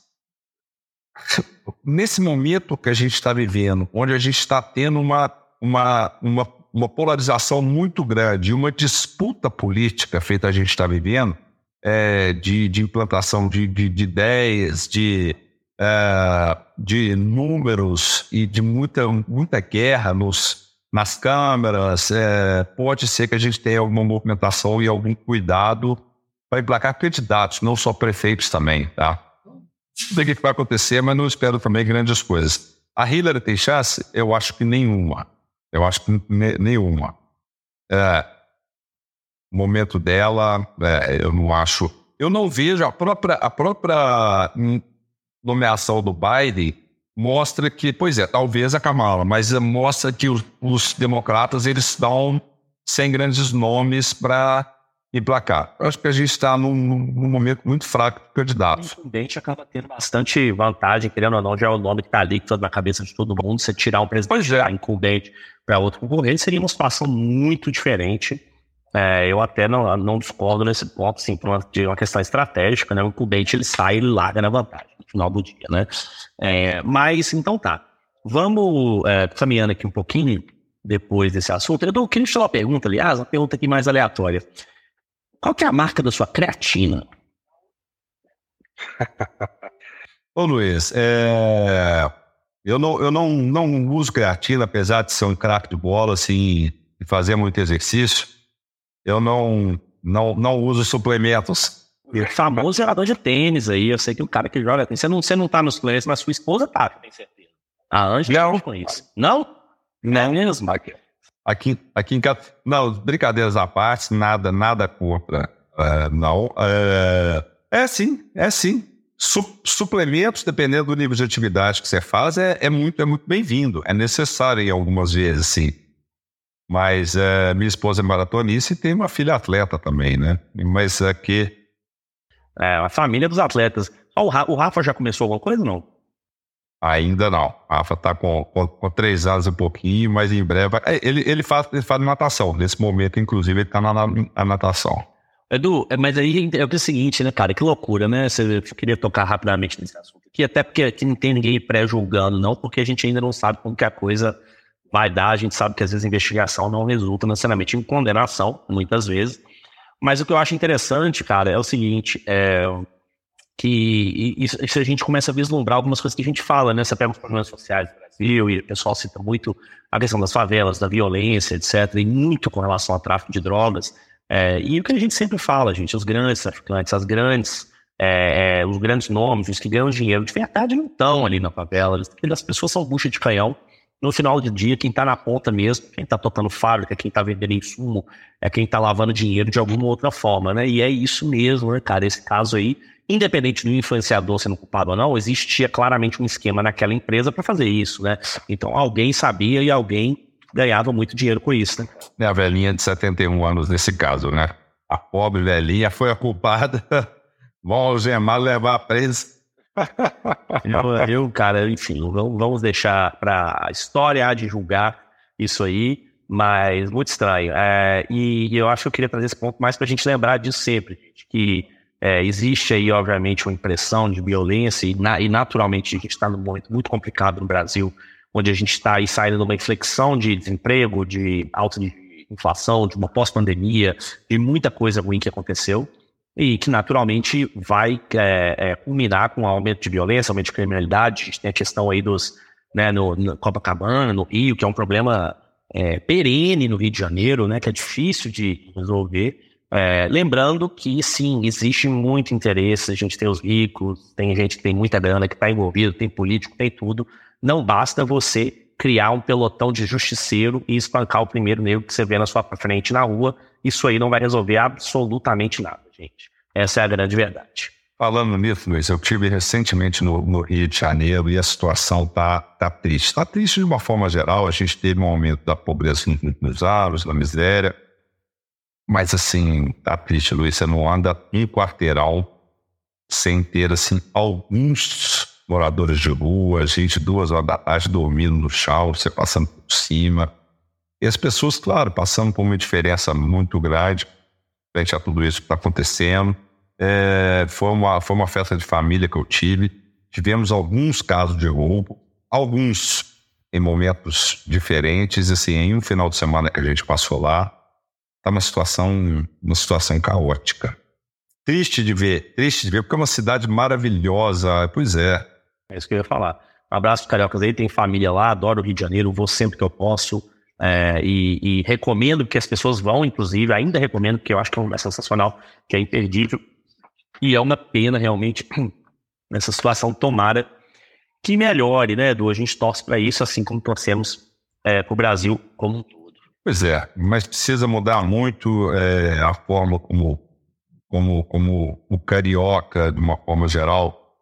nesse momento que a gente está vivendo, onde a gente está tendo uma, uma, uma, uma polarização muito grande, uma disputa política feita a gente está vivendo, é, de, de implantação de, de, de ideias, de É, de números e de muita, muita guerra nos, nas câmaras, é, pode ser que a gente tenha alguma movimentação e algum cuidado para emplacar candidatos, não só prefeitos também, tá? Não sei o que vai acontecer, mas não espero também grandes coisas. A Hillary tem chance? Eu acho que nenhuma. Eu acho que ne- nenhuma. É, o momento dela, é, eu não acho... Eu não vejo a própria... A própria nomeação do Biden, mostra que, pois é, talvez a Kamala, mas mostra que os, os democratas eles estão sem grandes nomes para emplacar. Eu acho que a gente está num, num momento muito fraco de candidatos. O incumbente acaba tendo bastante vantagem, querendo ou não, já é o nome que está ali, que está na cabeça de todo mundo. Você tirar um presidente é. incumbente para outro concorrente seria uma situação muito diferente. É, eu até não, não discordo nesse ponto, assim, por uma, de uma questão estratégica, né? O incumbente ele sai e larga na vantagem no final do dia, né? É, mas, então tá. Vamos é, caminhando aqui um pouquinho depois desse assunto. Eu queria te fazer uma pergunta, aliás, uma pergunta aqui mais aleatória. Qual que é a marca da sua creatina? Ô Luiz, é... eu, não, eu não, não uso creatina, apesar de ser um craque de bola, assim, e fazer muito exercício. Eu não, não, não uso suplementos. O famoso jogador de tênis aí, eu sei que o cara que joga tênis, você não, você não tá nos suplementos, mas sua esposa tá, tenho certeza. A Ângela não com isso. Não? Não é mesmo? Aqui, aqui em casa, não, brincadeiras à parte, nada, nada contra. Uh, não, uh, é sim, é sim. Su- suplementos, dependendo do nível de atividade que você faz, é, é muito, é muito bem-vindo. É necessário em algumas vezes, sim. Mas uh, minha esposa é maratonista e tem uma filha atleta também, né? Mas aqui... É, a família dos atletas. Oh, o, Rafa, o Rafa já começou alguma coisa ou não? Ainda não. A Rafa está com, com, com três anos e um pouquinho, mas em breve... Ele, ele, faz, ele faz natação. Nesse momento, inclusive, ele está na, na natação. Edu, mas aí é o seguinte, né, cara? Que loucura, né? Você queria tocar rapidamente nesse assunto aqui, até porque aqui não tem ninguém pré-julgando, não, porque a gente ainda não sabe como que a coisa vai dar. A gente sabe que às vezes a investigação não resulta necessariamente em condenação, muitas vezes. Mas o que eu acho interessante, cara, é o seguinte, é... que isso, isso a gente começa a vislumbrar algumas coisas que a gente fala, né? Você pega os problemas sociais do Brasil e o pessoal cita muito a questão das favelas, da violência, etcétera, e muito com relação ao tráfico de drogas. É, e o que a gente sempre fala, gente, os grandes traficantes, as grandes, é, é, os grandes nomes, os que ganham dinheiro de verdade não estão ali na favela, as pessoas são bucha de canhão. No final do dia, quem está na ponta mesmo, quem está tocando fábrica, quem está vendendo insumo, é quem está lavando dinheiro de alguma outra forma, né? E é isso mesmo, né, cara? Esse caso aí, independente do influenciador sendo culpado ou não, existia claramente um esquema naquela empresa para fazer isso, né? Então alguém sabia e alguém ganhava muito dinheiro com isso, né? É a velhinha de setenta e um anos nesse caso, né? A pobre velhinha foi a culpada. Vão algemar, levar presa. eu, eu, cara, enfim, vamos deixar para a história de julgar isso aí, mas muito estranho. É, e, e eu acho que eu queria trazer esse ponto mais para a gente lembrar disso sempre, gente, que é, existe aí, obviamente, uma impressão de violência e, na, e naturalmente, a gente está num momento muito complicado no Brasil, onde a gente está aí saindo de uma inflexão de desemprego, de alta de inflação, de uma pós-pandemia, de muita coisa ruim que aconteceu. E que naturalmente vai é, é, culminar com um aumento de violência, aumento de criminalidade. A gente tem a questão aí dos, né, no, no Copacabana, no Rio, que é um problema é, perene no Rio de Janeiro, né, que é difícil de resolver. É, lembrando que, sim, existe muito interesse, a gente tem os ricos, tem gente que tem muita grana, que está envolvido, tem político, tem tudo. Não basta você criar um pelotão de justiceiro e espancar o primeiro negro que você vê na sua frente na rua. Isso aí não vai resolver absolutamente nada, gente. Essa é a grande verdade. Falando nisso, Luiz, eu estive recentemente no, no Rio de Janeiro e a situação tá, tá triste. Está triste de uma forma geral, a gente teve um aumento da pobreza nos anos, da miséria, mas assim, tá triste, Luiz, você não anda um quarteirão sem ter, assim, alguns moradores de rua, gente duas horas da tarde dormindo no chão, você passando por cima. E as pessoas, claro, passando por uma diferença muito grande frente a tudo isso que está acontecendo. É, foi, uma, foi uma festa de família que eu tive. Tivemos alguns casos de roubo, alguns em momentos diferentes. Assim, em um final de semana que a gente passou lá, está uma situação, uma situação caótica. Triste de ver, triste de ver, porque é uma cidade maravilhosa. Pois é. É isso que eu ia falar. Um abraço para cariocas aí, tem família lá, adoro o Rio de Janeiro, vou sempre que eu posso. É, e, e recomendo que as pessoas vão, inclusive, ainda recomendo, porque eu acho que é sensacional, que é imperdível. E é uma pena, realmente, nessa situação, tomara que melhore, né, Edu? A gente torce para isso, assim como torcemos é, para o Brasil como um todo. Pois é, mas precisa mudar muito é, a forma como, como, como o carioca, de uma forma geral,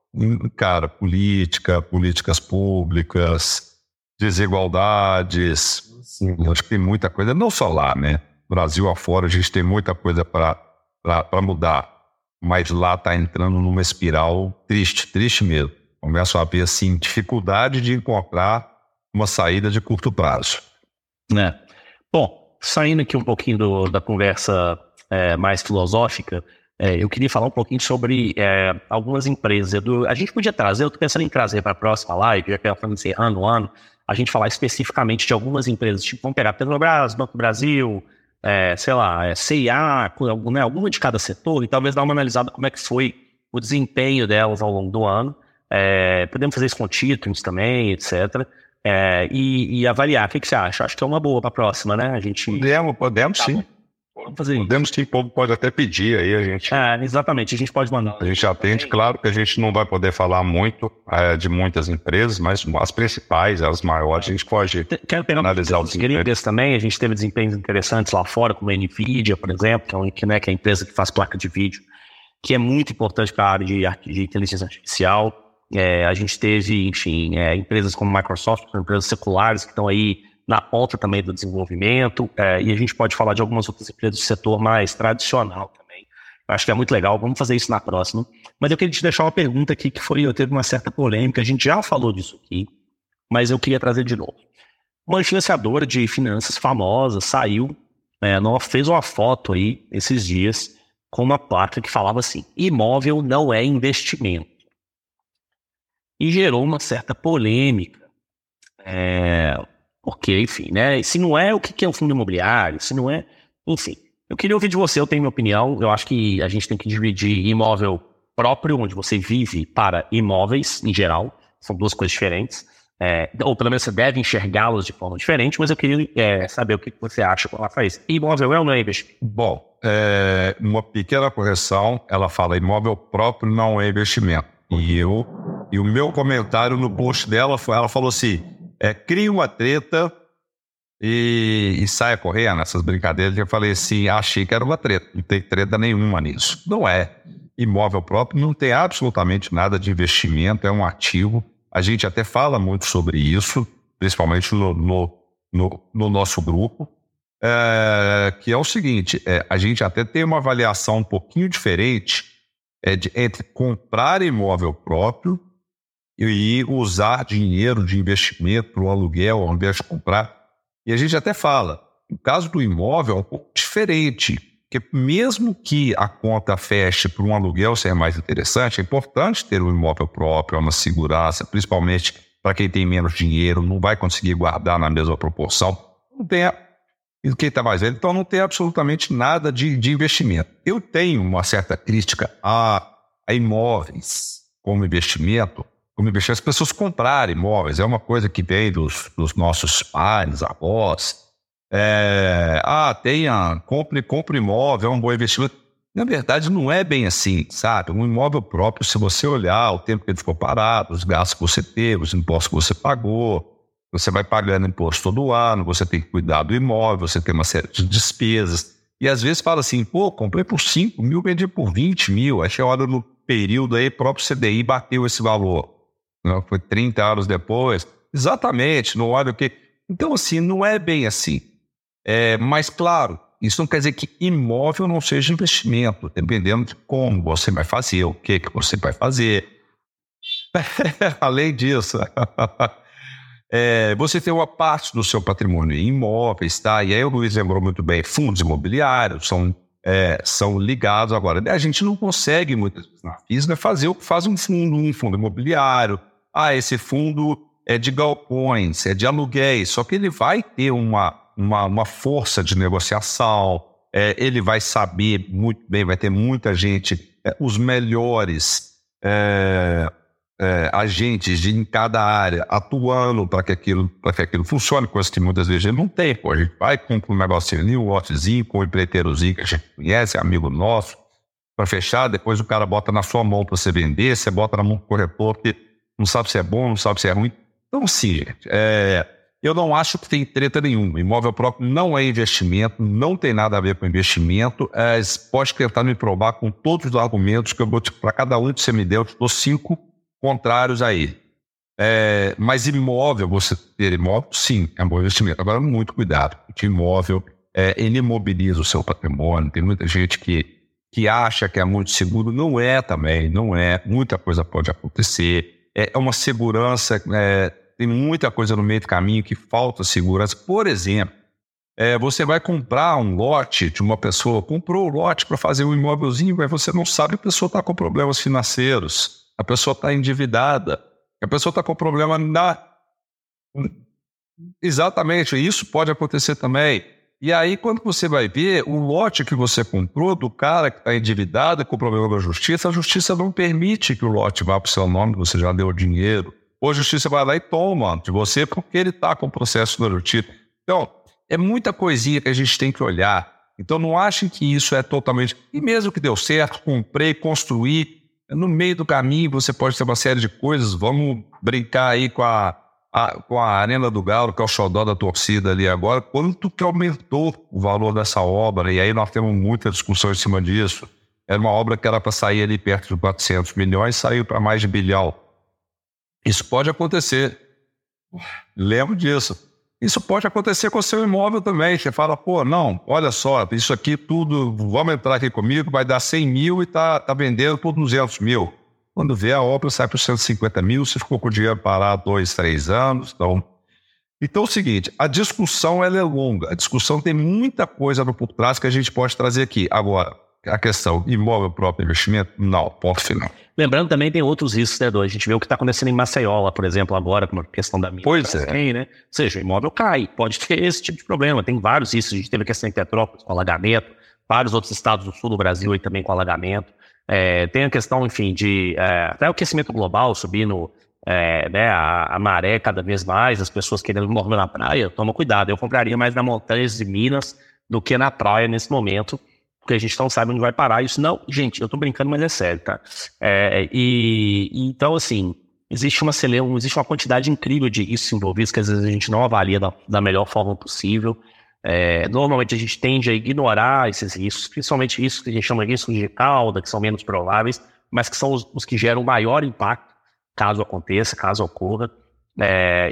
Cara, política, políticas públicas, desigualdades, sim, eu acho que tem muita coisa, não só lá, né? Brasil afora, a gente tem muita coisa para mudar, mas lá está entrando numa espiral triste, triste mesmo. Começo a ver, assim, dificuldade de encontrar uma saída de curto prazo. É. Bom, saindo aqui um pouquinho do, da conversa é, mais filosófica, é, eu queria falar um pouquinho sobre é, algumas empresas. Eu, a gente podia trazer, eu estou pensando em trazer para a próxima live, já que estamos encerrando o ano, a gente falar especificamente de algumas empresas, tipo, vamos pegar Petrobras, Banco do Brasil, é, sei lá, é, C e A, né, alguma de cada setor, e talvez dar uma analisada como é que foi o desempenho delas ao longo do ano. É, podemos fazer isso com títulos também, etcétera. É, e, e avaliar. O que, que você acha? Acho que é uma boa para a próxima, né? A gente... Podemos, podemos tá, sim. Vamos fazer podemos isso. sim, o povo pode até pedir aí, a gente... É, exatamente, a gente pode mandar. A gente atende, claro que a gente não vai poder falar muito é, de muitas empresas, mas as principais, as maiores, a gente pode Quero pegar analisar os gringas também. A gente teve desempenhos interessantes lá fora, como a NVIDIA, por exemplo, que é, um, que, né, que é a empresa que faz placa de vídeo, que é muito importante para a área de, de inteligência artificial. É, a gente teve, enfim, é, empresas como Microsoft, empresas seculares que estão aí na ponta também do desenvolvimento, é, e a gente pode falar de algumas outras empresas do setor mais tradicional também. Eu acho que é muito legal, vamos fazer isso na próxima. Mas eu queria te deixar uma pergunta aqui que foi, eu teve uma certa polêmica, a gente já falou disso aqui, mas eu queria trazer de novo. Uma influenciadora de finanças famosa saiu, é, fez uma foto aí esses dias com uma placa que falava assim: imóvel não é investimento. E gerou uma certa polêmica, é, porque, enfim, né, se não é, o que é um fundo imobiliário, se não é, enfim, eu queria ouvir de você, eu tenho minha opinião, eu acho que a gente tem que dividir imóvel próprio, onde você vive, para imóveis, em geral, são duas coisas diferentes, é, ou pelo menos você deve enxergá-los de forma diferente, mas eu queria é, saber o que você acha com relação a isso. Imóvel é ou não é investimento? Bom, é, uma pequena correção, ela fala imóvel próprio não é investimento. E eu, e o meu comentário no post dela foi, ela falou assim, é, cria uma treta e, e saia correndo, essas brincadeiras. Eu falei assim, achei que era uma treta, não tem treta nenhuma nisso. Não é. Imóvel próprio não tem absolutamente nada de investimento, é um ativo. A gente até fala muito sobre isso, principalmente no, no, no, no nosso grupo, é, que é o seguinte, é, a gente até tem uma avaliação um pouquinho diferente É de, entre comprar imóvel próprio e usar dinheiro de investimento para o aluguel ao invés de comprar. E a gente até fala, no caso do imóvel é um pouco diferente, porque mesmo que a conta feche para um aluguel ser mais interessante, é importante ter um imóvel próprio, uma segurança, principalmente para quem tem menos dinheiro, não vai conseguir guardar na mesma proporção. Não tem a... E quem está mais velho, então não tem absolutamente nada de, de investimento. Eu tenho uma certa crítica a, a imóveis como investimento, como investir as pessoas comprarem imóveis, é uma coisa que vem dos, dos nossos pais, avós. É, ah, tenha, compre, compre imóvel, é um bom investimento. Na verdade, não é bem assim, sabe? Um imóvel próprio, se você olhar o tempo que ele ficou parado, os gastos que você teve, os impostos que você pagou, você vai pagando imposto todo ano, você tem que cuidar do imóvel, você tem uma série de despesas. E às vezes fala assim, pô, comprei por cinco mil, vendi por vinte mil. Aí chega no período aí, próprio C D I bateu esse valor. Não, foi trinta anos depois. Exatamente, não olha o que... Então, assim, não é bem assim. É, mas, claro, isso não quer dizer que imóvel não seja investimento, dependendo de como você vai fazer, o que, que você vai fazer. Além disso... É, você tem uma parte do seu patrimônio em imóveis, tá? E aí o Luiz lembrou muito bem, fundos imobiliários são, é, são ligados agora. A gente não consegue, muitas vezes, na física, fazer o que faz um fundo, um fundo imobiliário. Ah, esse fundo é de galpões, é de aluguéis, só que ele vai ter uma, uma, uma força de negociação, é, ele vai saber muito bem, vai ter muita gente, é, os melhores... É, É, agentes de, em cada área atuando para que aquilo, para que aquilo funcione, coisa que muitas vezes a gente não tem. Pô, a gente vai, compra um negocinho ali, um lotezinho, com um empreiteirozinho que a gente conhece, é amigo nosso, para fechar, depois o cara bota na sua mão para você vender, você bota na mão do corretor, que não sabe se é bom, não sabe se é ruim. Então, sim, gente, é, eu não acho que tem treta nenhuma. Imóvel próprio não é investimento, não tem nada a ver com investimento. É, pode tentar me provar com todos os argumentos que eu vou, para cada um que você me deu, eu te dou cinco. contrários aí. É, mas imóvel, você ter imóvel, sim, é um bom investimento. Agora, muito cuidado, porque imóvel, é, ele imobiliza o seu patrimônio. Tem muita gente que, que acha que é muito seguro. Não é também, não é. Muita coisa pode acontecer. É uma segurança, é, tem muita coisa no meio do caminho que falta segurança. Por exemplo, é, você vai comprar um lote de uma pessoa, comprou o lote para fazer um imóvelzinho, mas você não sabe, a pessoa está com problemas financeiros, a pessoa está endividada, a pessoa está com problema na... Exatamente, isso pode acontecer também. E aí, quando você vai ver o lote que você comprou do cara que está endividado com problema da justiça, a justiça não permite que o lote vá para o seu nome, você já deu o dinheiro. Ou a justiça vai lá e toma de você porque ele está com o processo da justiça. Então, é muita coisinha que a gente tem que olhar. Então, não achem que isso é totalmente... E mesmo que deu certo, comprei, construí, no meio do caminho você pode ter uma série de coisas. Vamos brincar aí com a, a, com a Arena do Galo, que é o xodó da torcida ali agora. Quanto que aumentou o valor dessa obra? E aí nós temos muita discussão em cima disso. Era uma obra que era para sair ali perto de quatrocentos milhões, saiu para mais de bilhão. Isso pode acontecer. Lembro disso. Isso pode acontecer com o seu imóvel também. Você fala, pô, não, olha só, isso aqui tudo, vamos entrar aqui comigo, vai dar cem mil e tá, tá vendendo por duzentos mil. Quando vê a obra, sai por cento e cinquenta mil, você ficou com o dinheiro parado dois, três anos. Então, então é o seguinte, a discussão ela é longa, a discussão tem muita coisa por trás que a gente pode trazer aqui. Agora, a questão imóvel próprio investimento, não, ponto final. Lembrando também tem outros riscos, né, Edu? A gente vê o que está acontecendo em Maceió, por exemplo, agora, com a questão da mina. Pois é. Tem, né? Ou seja, o imóvel cai, pode ter esse tipo de problema. Tem vários riscos. A gente teve a questão em Petrópolis com alagamento, vários outros estados do sul do Brasil aí também com alagamento. É, tem a questão, enfim, de é, até o aquecimento global subindo, é, né, a, a maré cada vez mais, as pessoas querendo morrer na praia. Toma cuidado, eu compraria mais na montanhas de Minas do que na praia nesse momento, porque a gente não sabe onde vai parar. Isso não, gente, eu tô brincando, mas é sério, tá? É, e, e então, assim, existe uma, existe uma quantidade incrível de riscos envolvidos que às vezes a gente não avalia da, da melhor forma possível. É, normalmente a gente tende a ignorar esses riscos, principalmente riscos que a gente chama de riscos de cauda, que são menos prováveis, mas que são os, os que geram maior impacto, caso aconteça, caso ocorra. É,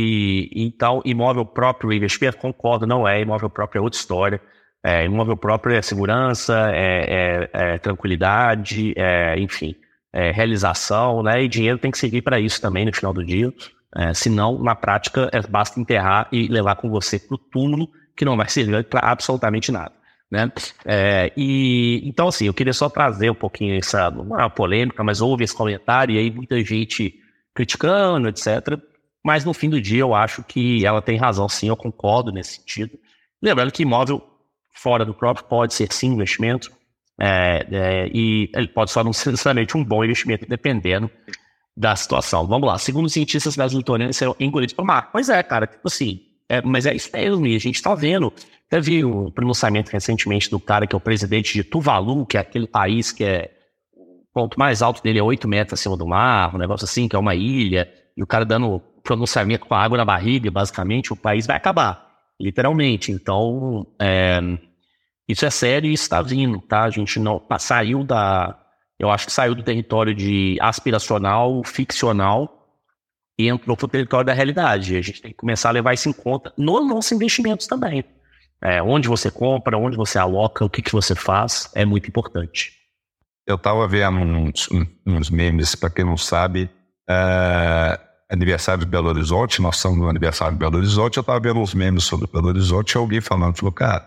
e então, imóvel próprio investimento, concordo, não é, imóvel próprio é outra história. É, imóvel próprio é segurança, é, é, é tranquilidade, é, enfim, é realização, né? E dinheiro tem que servir para isso também no final do dia. É, senão, na prática, é, basta enterrar e levar com você para o túmulo, que não vai servir para absolutamente nada, né? É, e, então, assim, eu queria só trazer um pouquinho essa, não é uma polêmica, mas houve esse comentário e aí muita gente criticando, etcétera. Mas no fim do dia eu acho que ela tem razão, sim, eu concordo nesse sentido. Lembrando que imóvel fora do próprio pode ser sim investimento, é, é, e ele pode só não ser necessariamente um bom investimento, dependendo da situação. Vamos lá, segundo os cientistas brasileiros litorâneos serão engolidos pelo mar. Pois é, cara, tipo assim, é, mas é isso mesmo, e a gente tá vendo. Até vi um pronunciamento recentemente do cara que é o presidente de Tuvalu, que é aquele país que é, o ponto mais alto dele é oito metros acima do mar, um negócio assim, que é uma ilha, e o cara dando pronunciamento com a água na barriga, basicamente, o país vai acabar. Literalmente. Então, é, isso é sério e isso está vindo, tá? A gente não saiu da... Eu acho que saiu do território de aspiracional, ficcional, e entrou para o território da realidade. A gente tem que começar a levar isso em conta nos nossos investimentos também. É, onde você compra, onde você aloca, o que, que você faz, é muito importante. Eu estava vendo uns, uns memes, para quem não sabe, é... aniversário de Belo Horizonte, nós estamos no aniversário de Belo Horizonte, eu estava vendo uns memes sobre Belo Horizonte e alguém falando, falou, cara,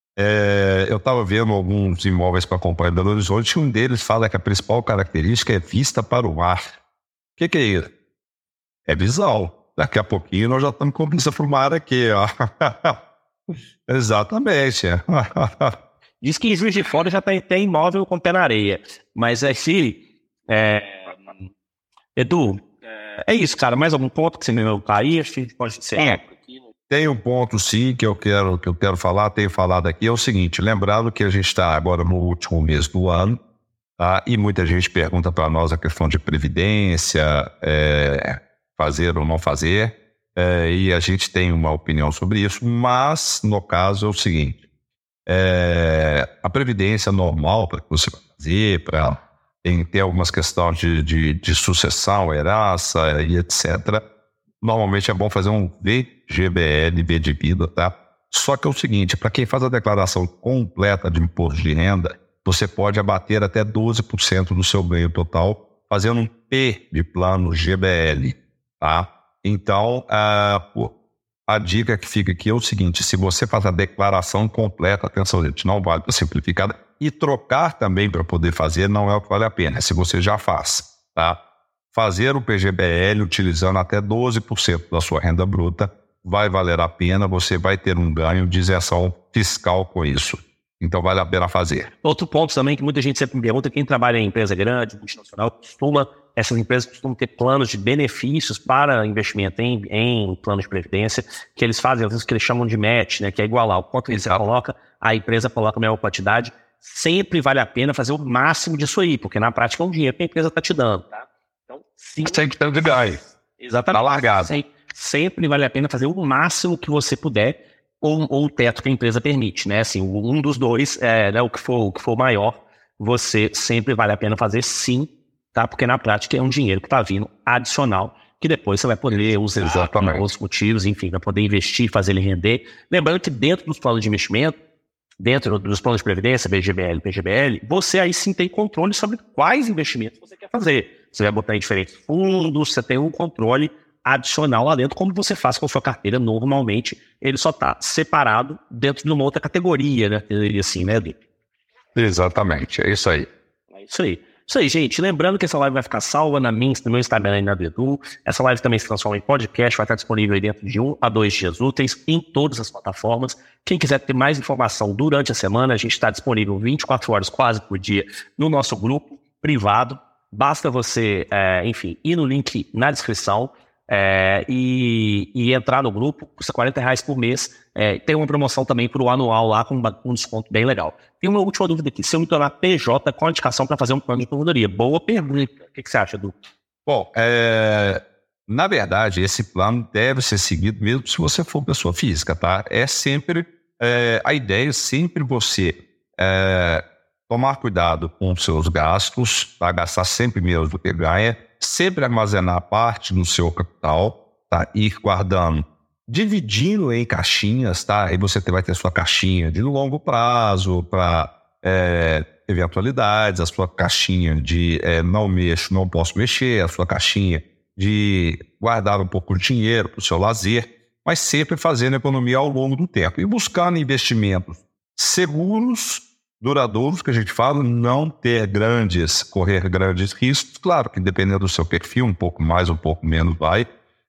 é, eu estava vendo alguns imóveis para comprar em Belo Horizonte e um deles fala que a principal característica é vista para o mar. O que, que é isso? É visual. Daqui a pouquinho nós já estamos com vista para o mar aqui, ó. Exatamente. Diz que em Juiz de Fora já tem, tem imóvel com pé na areia, mas é se... É, Edu... É isso, cara. Mais algum ponto que você me cair? Pode ser. É. Tem um ponto, sim, que eu quero, que eu quero falar, tenho falado aqui, é o seguinte, lembrando que a gente está agora no último mês do ano, tá? E muita gente pergunta para nós a questão de previdência, é, fazer ou não fazer, é, e a gente tem uma opinião sobre isso, mas, no caso, é o seguinte, é, a previdência normal para que você vai fazer, para tem, tem algumas questões de, de, de sucessão, herança e etcétera. Normalmente é bom fazer um V G B L, V de vida, tá? Só que é o seguinte, para quem faz a declaração completa de imposto de renda, você pode abater até doze por cento do seu ganho total fazendo um P de plano G B L, tá? Então, a, a dica que fica aqui é o seguinte, se você faz a declaração completa, atenção, gente, não vale para simplificada, e trocar também para poder fazer não é o que vale a pena, se você já faz, tá? Fazer o P G B L utilizando até doze por cento da sua renda bruta vai valer a pena, você vai ter um ganho de isenção fiscal com isso. Então vale a pena fazer. Outro ponto também que muita gente sempre me pergunta, quem trabalha em empresa grande, multinacional, costuma, essas empresas costumam ter planos de benefícios para investimento em, em plano de previdência, que eles fazem, às vezes, que eles chamam de match, né, que é igualar. O quanto você coloca, a empresa coloca a mesma quantidade. Sempre vale a pena fazer o máximo disso aí, porque na prática é um dinheiro que a empresa está te dando, tá? Então, sim. Sempre tem de ganho. Exatamente. Tá largado. Sempre, sempre vale a pena fazer o máximo que você puder, ou, ou o teto que a empresa permite, né? Assim, um dos dois, é, né, o, que for, o que for maior, você sempre vale a pena fazer sim, tá? Porque na prática é um dinheiro que está vindo adicional, que depois você vai poder usar Exatamente. por outros motivos, enfim, vai poder investir, fazer ele render. Lembrando que dentro dos planos de investimento, dentro dos planos de previdência, B G B L, P G B L, você aí sim tem controle sobre quais investimentos você quer fazer. Você vai botar em diferentes fundos, você tem um controle adicional lá dentro, como você faz com a sua carteira normalmente. Ele só está separado dentro de uma outra categoria, né? Assim, né, Edu? Exatamente, é isso aí. É isso aí. Isso aí, gente. Lembrando que essa live vai ficar salva na minha, no meu Instagram e na do Edu. Essa live também se transforma em podcast, vai estar disponível aí dentro de um a dois dias úteis em todas as plataformas. Quem quiser ter mais informação durante a semana, a gente está disponível vinte e quatro horas quase por dia no nosso grupo privado. Basta você, é, enfim, ir no link na descrição é, e, e entrar no grupo, custa quarenta reais por mês. É, tem uma promoção também para o anual lá com um desconto bem legal. Tem uma última dúvida aqui. Se eu me tornar P J, qual a indicação para fazer um plano de aposentadoria? Boa pergunta. O que, que você acha, Edu? Bom, é, na verdade, esse plano deve ser seguido mesmo se você for pessoa física, tá? É sempre, é, a ideia é sempre você é, tomar cuidado com os seus gastos, tá? Gastar sempre menos do que ganha, sempre armazenar parte do seu capital, tá? Ir guardando, dividindo em caixinhas, tá? Aí você vai ter sua caixinha de longo prazo para é, eventualidades, a sua caixinha de é, não mexo, não posso mexer, a sua caixinha de guardar um pouco de dinheiro para o seu lazer, mas sempre fazendo economia ao longo do tempo e buscando investimentos seguros, duradouros, que a gente fala, não ter grandes, correr grandes riscos. Claro que dependendo do seu perfil, um pouco mais, um pouco menos vai,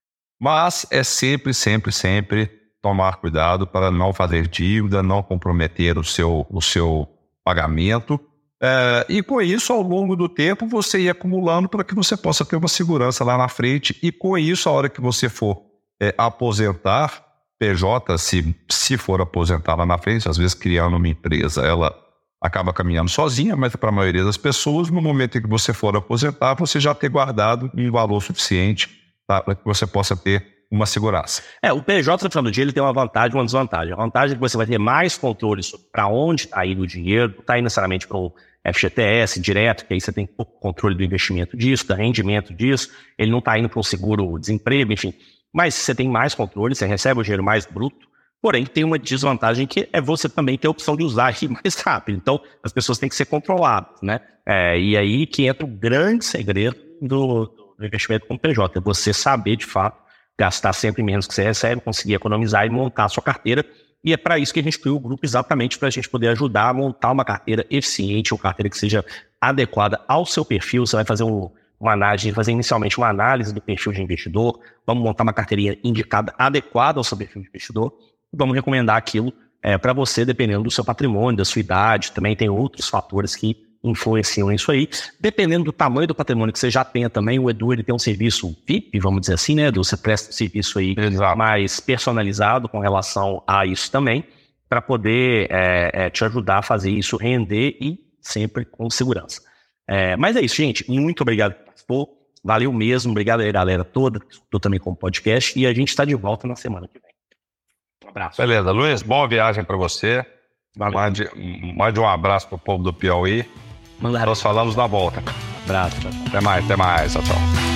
mas é sempre, sempre, sempre tomar cuidado para não fazer dívida, não comprometer o seu, o seu pagamento. É, e com isso, ao longo do tempo, você ir acumulando para que você possa ter uma segurança lá na frente. E com isso, a hora que você for é, aposentar, P J, se, se for aposentar lá na frente, às vezes criando uma empresa, ela acaba caminhando sozinha, mas para a maioria das pessoas, no momento em que você for aposentar, você já ter guardado um valor suficiente, tá, para que você possa ter uma segurança. É, o P J, no final do dia, ele tem uma vantagem e uma desvantagem. A vantagem é que você vai ter mais controle sobre para onde está indo o dinheiro, não está indo necessariamente para um F G T S direto, que aí você tem pouco controle do investimento disso, do rendimento disso, ele não está indo para um seguro-desemprego, enfim. Mas você tem mais controle, você recebe o dinheiro mais bruto, porém tem uma desvantagem que é você também ter a opção de usar aí mais rápido. Então, as pessoas têm que ser controladas, né? É, e aí que entra o grande segredo do, do investimento com o P J, é você saber, de fato, gastar sempre menos que você recebe, conseguir economizar e montar a sua carteira. E é para isso que a gente criou o grupo, exatamente para a gente poder ajudar a montar uma carteira eficiente, uma carteira que seja adequada ao seu perfil. Você vai fazer um, uma análise, fazer inicialmente uma análise do perfil de investidor, vamos montar uma carteirinha indicada, adequada ao seu perfil de investidor, e vamos recomendar aquilo é, para você, dependendo do seu patrimônio, da sua idade. Também tem outros fatores que influenciam isso aí. Dependendo do tamanho do patrimônio que você já tenha também, o Edu ele tem um serviço V I P, vamos dizer assim, né, Edu? Você presta um serviço aí Exato. mais personalizado com relação a isso também, para poder é, é, te ajudar a fazer isso render e sempre com segurança. É, mas é isso, gente. Muito obrigado por participar. Valeu mesmo. Obrigado aí, galera toda, que escutou também com o podcast. E a gente está de volta na semana que vem. Um abraço. Beleza, Luiz, boa viagem para você. Valeu. Mande, mande um abraço para o povo do Piauí. Mandarei. Nós falamos na volta. Abraço. Até mais, até mais. Tchau, tchau.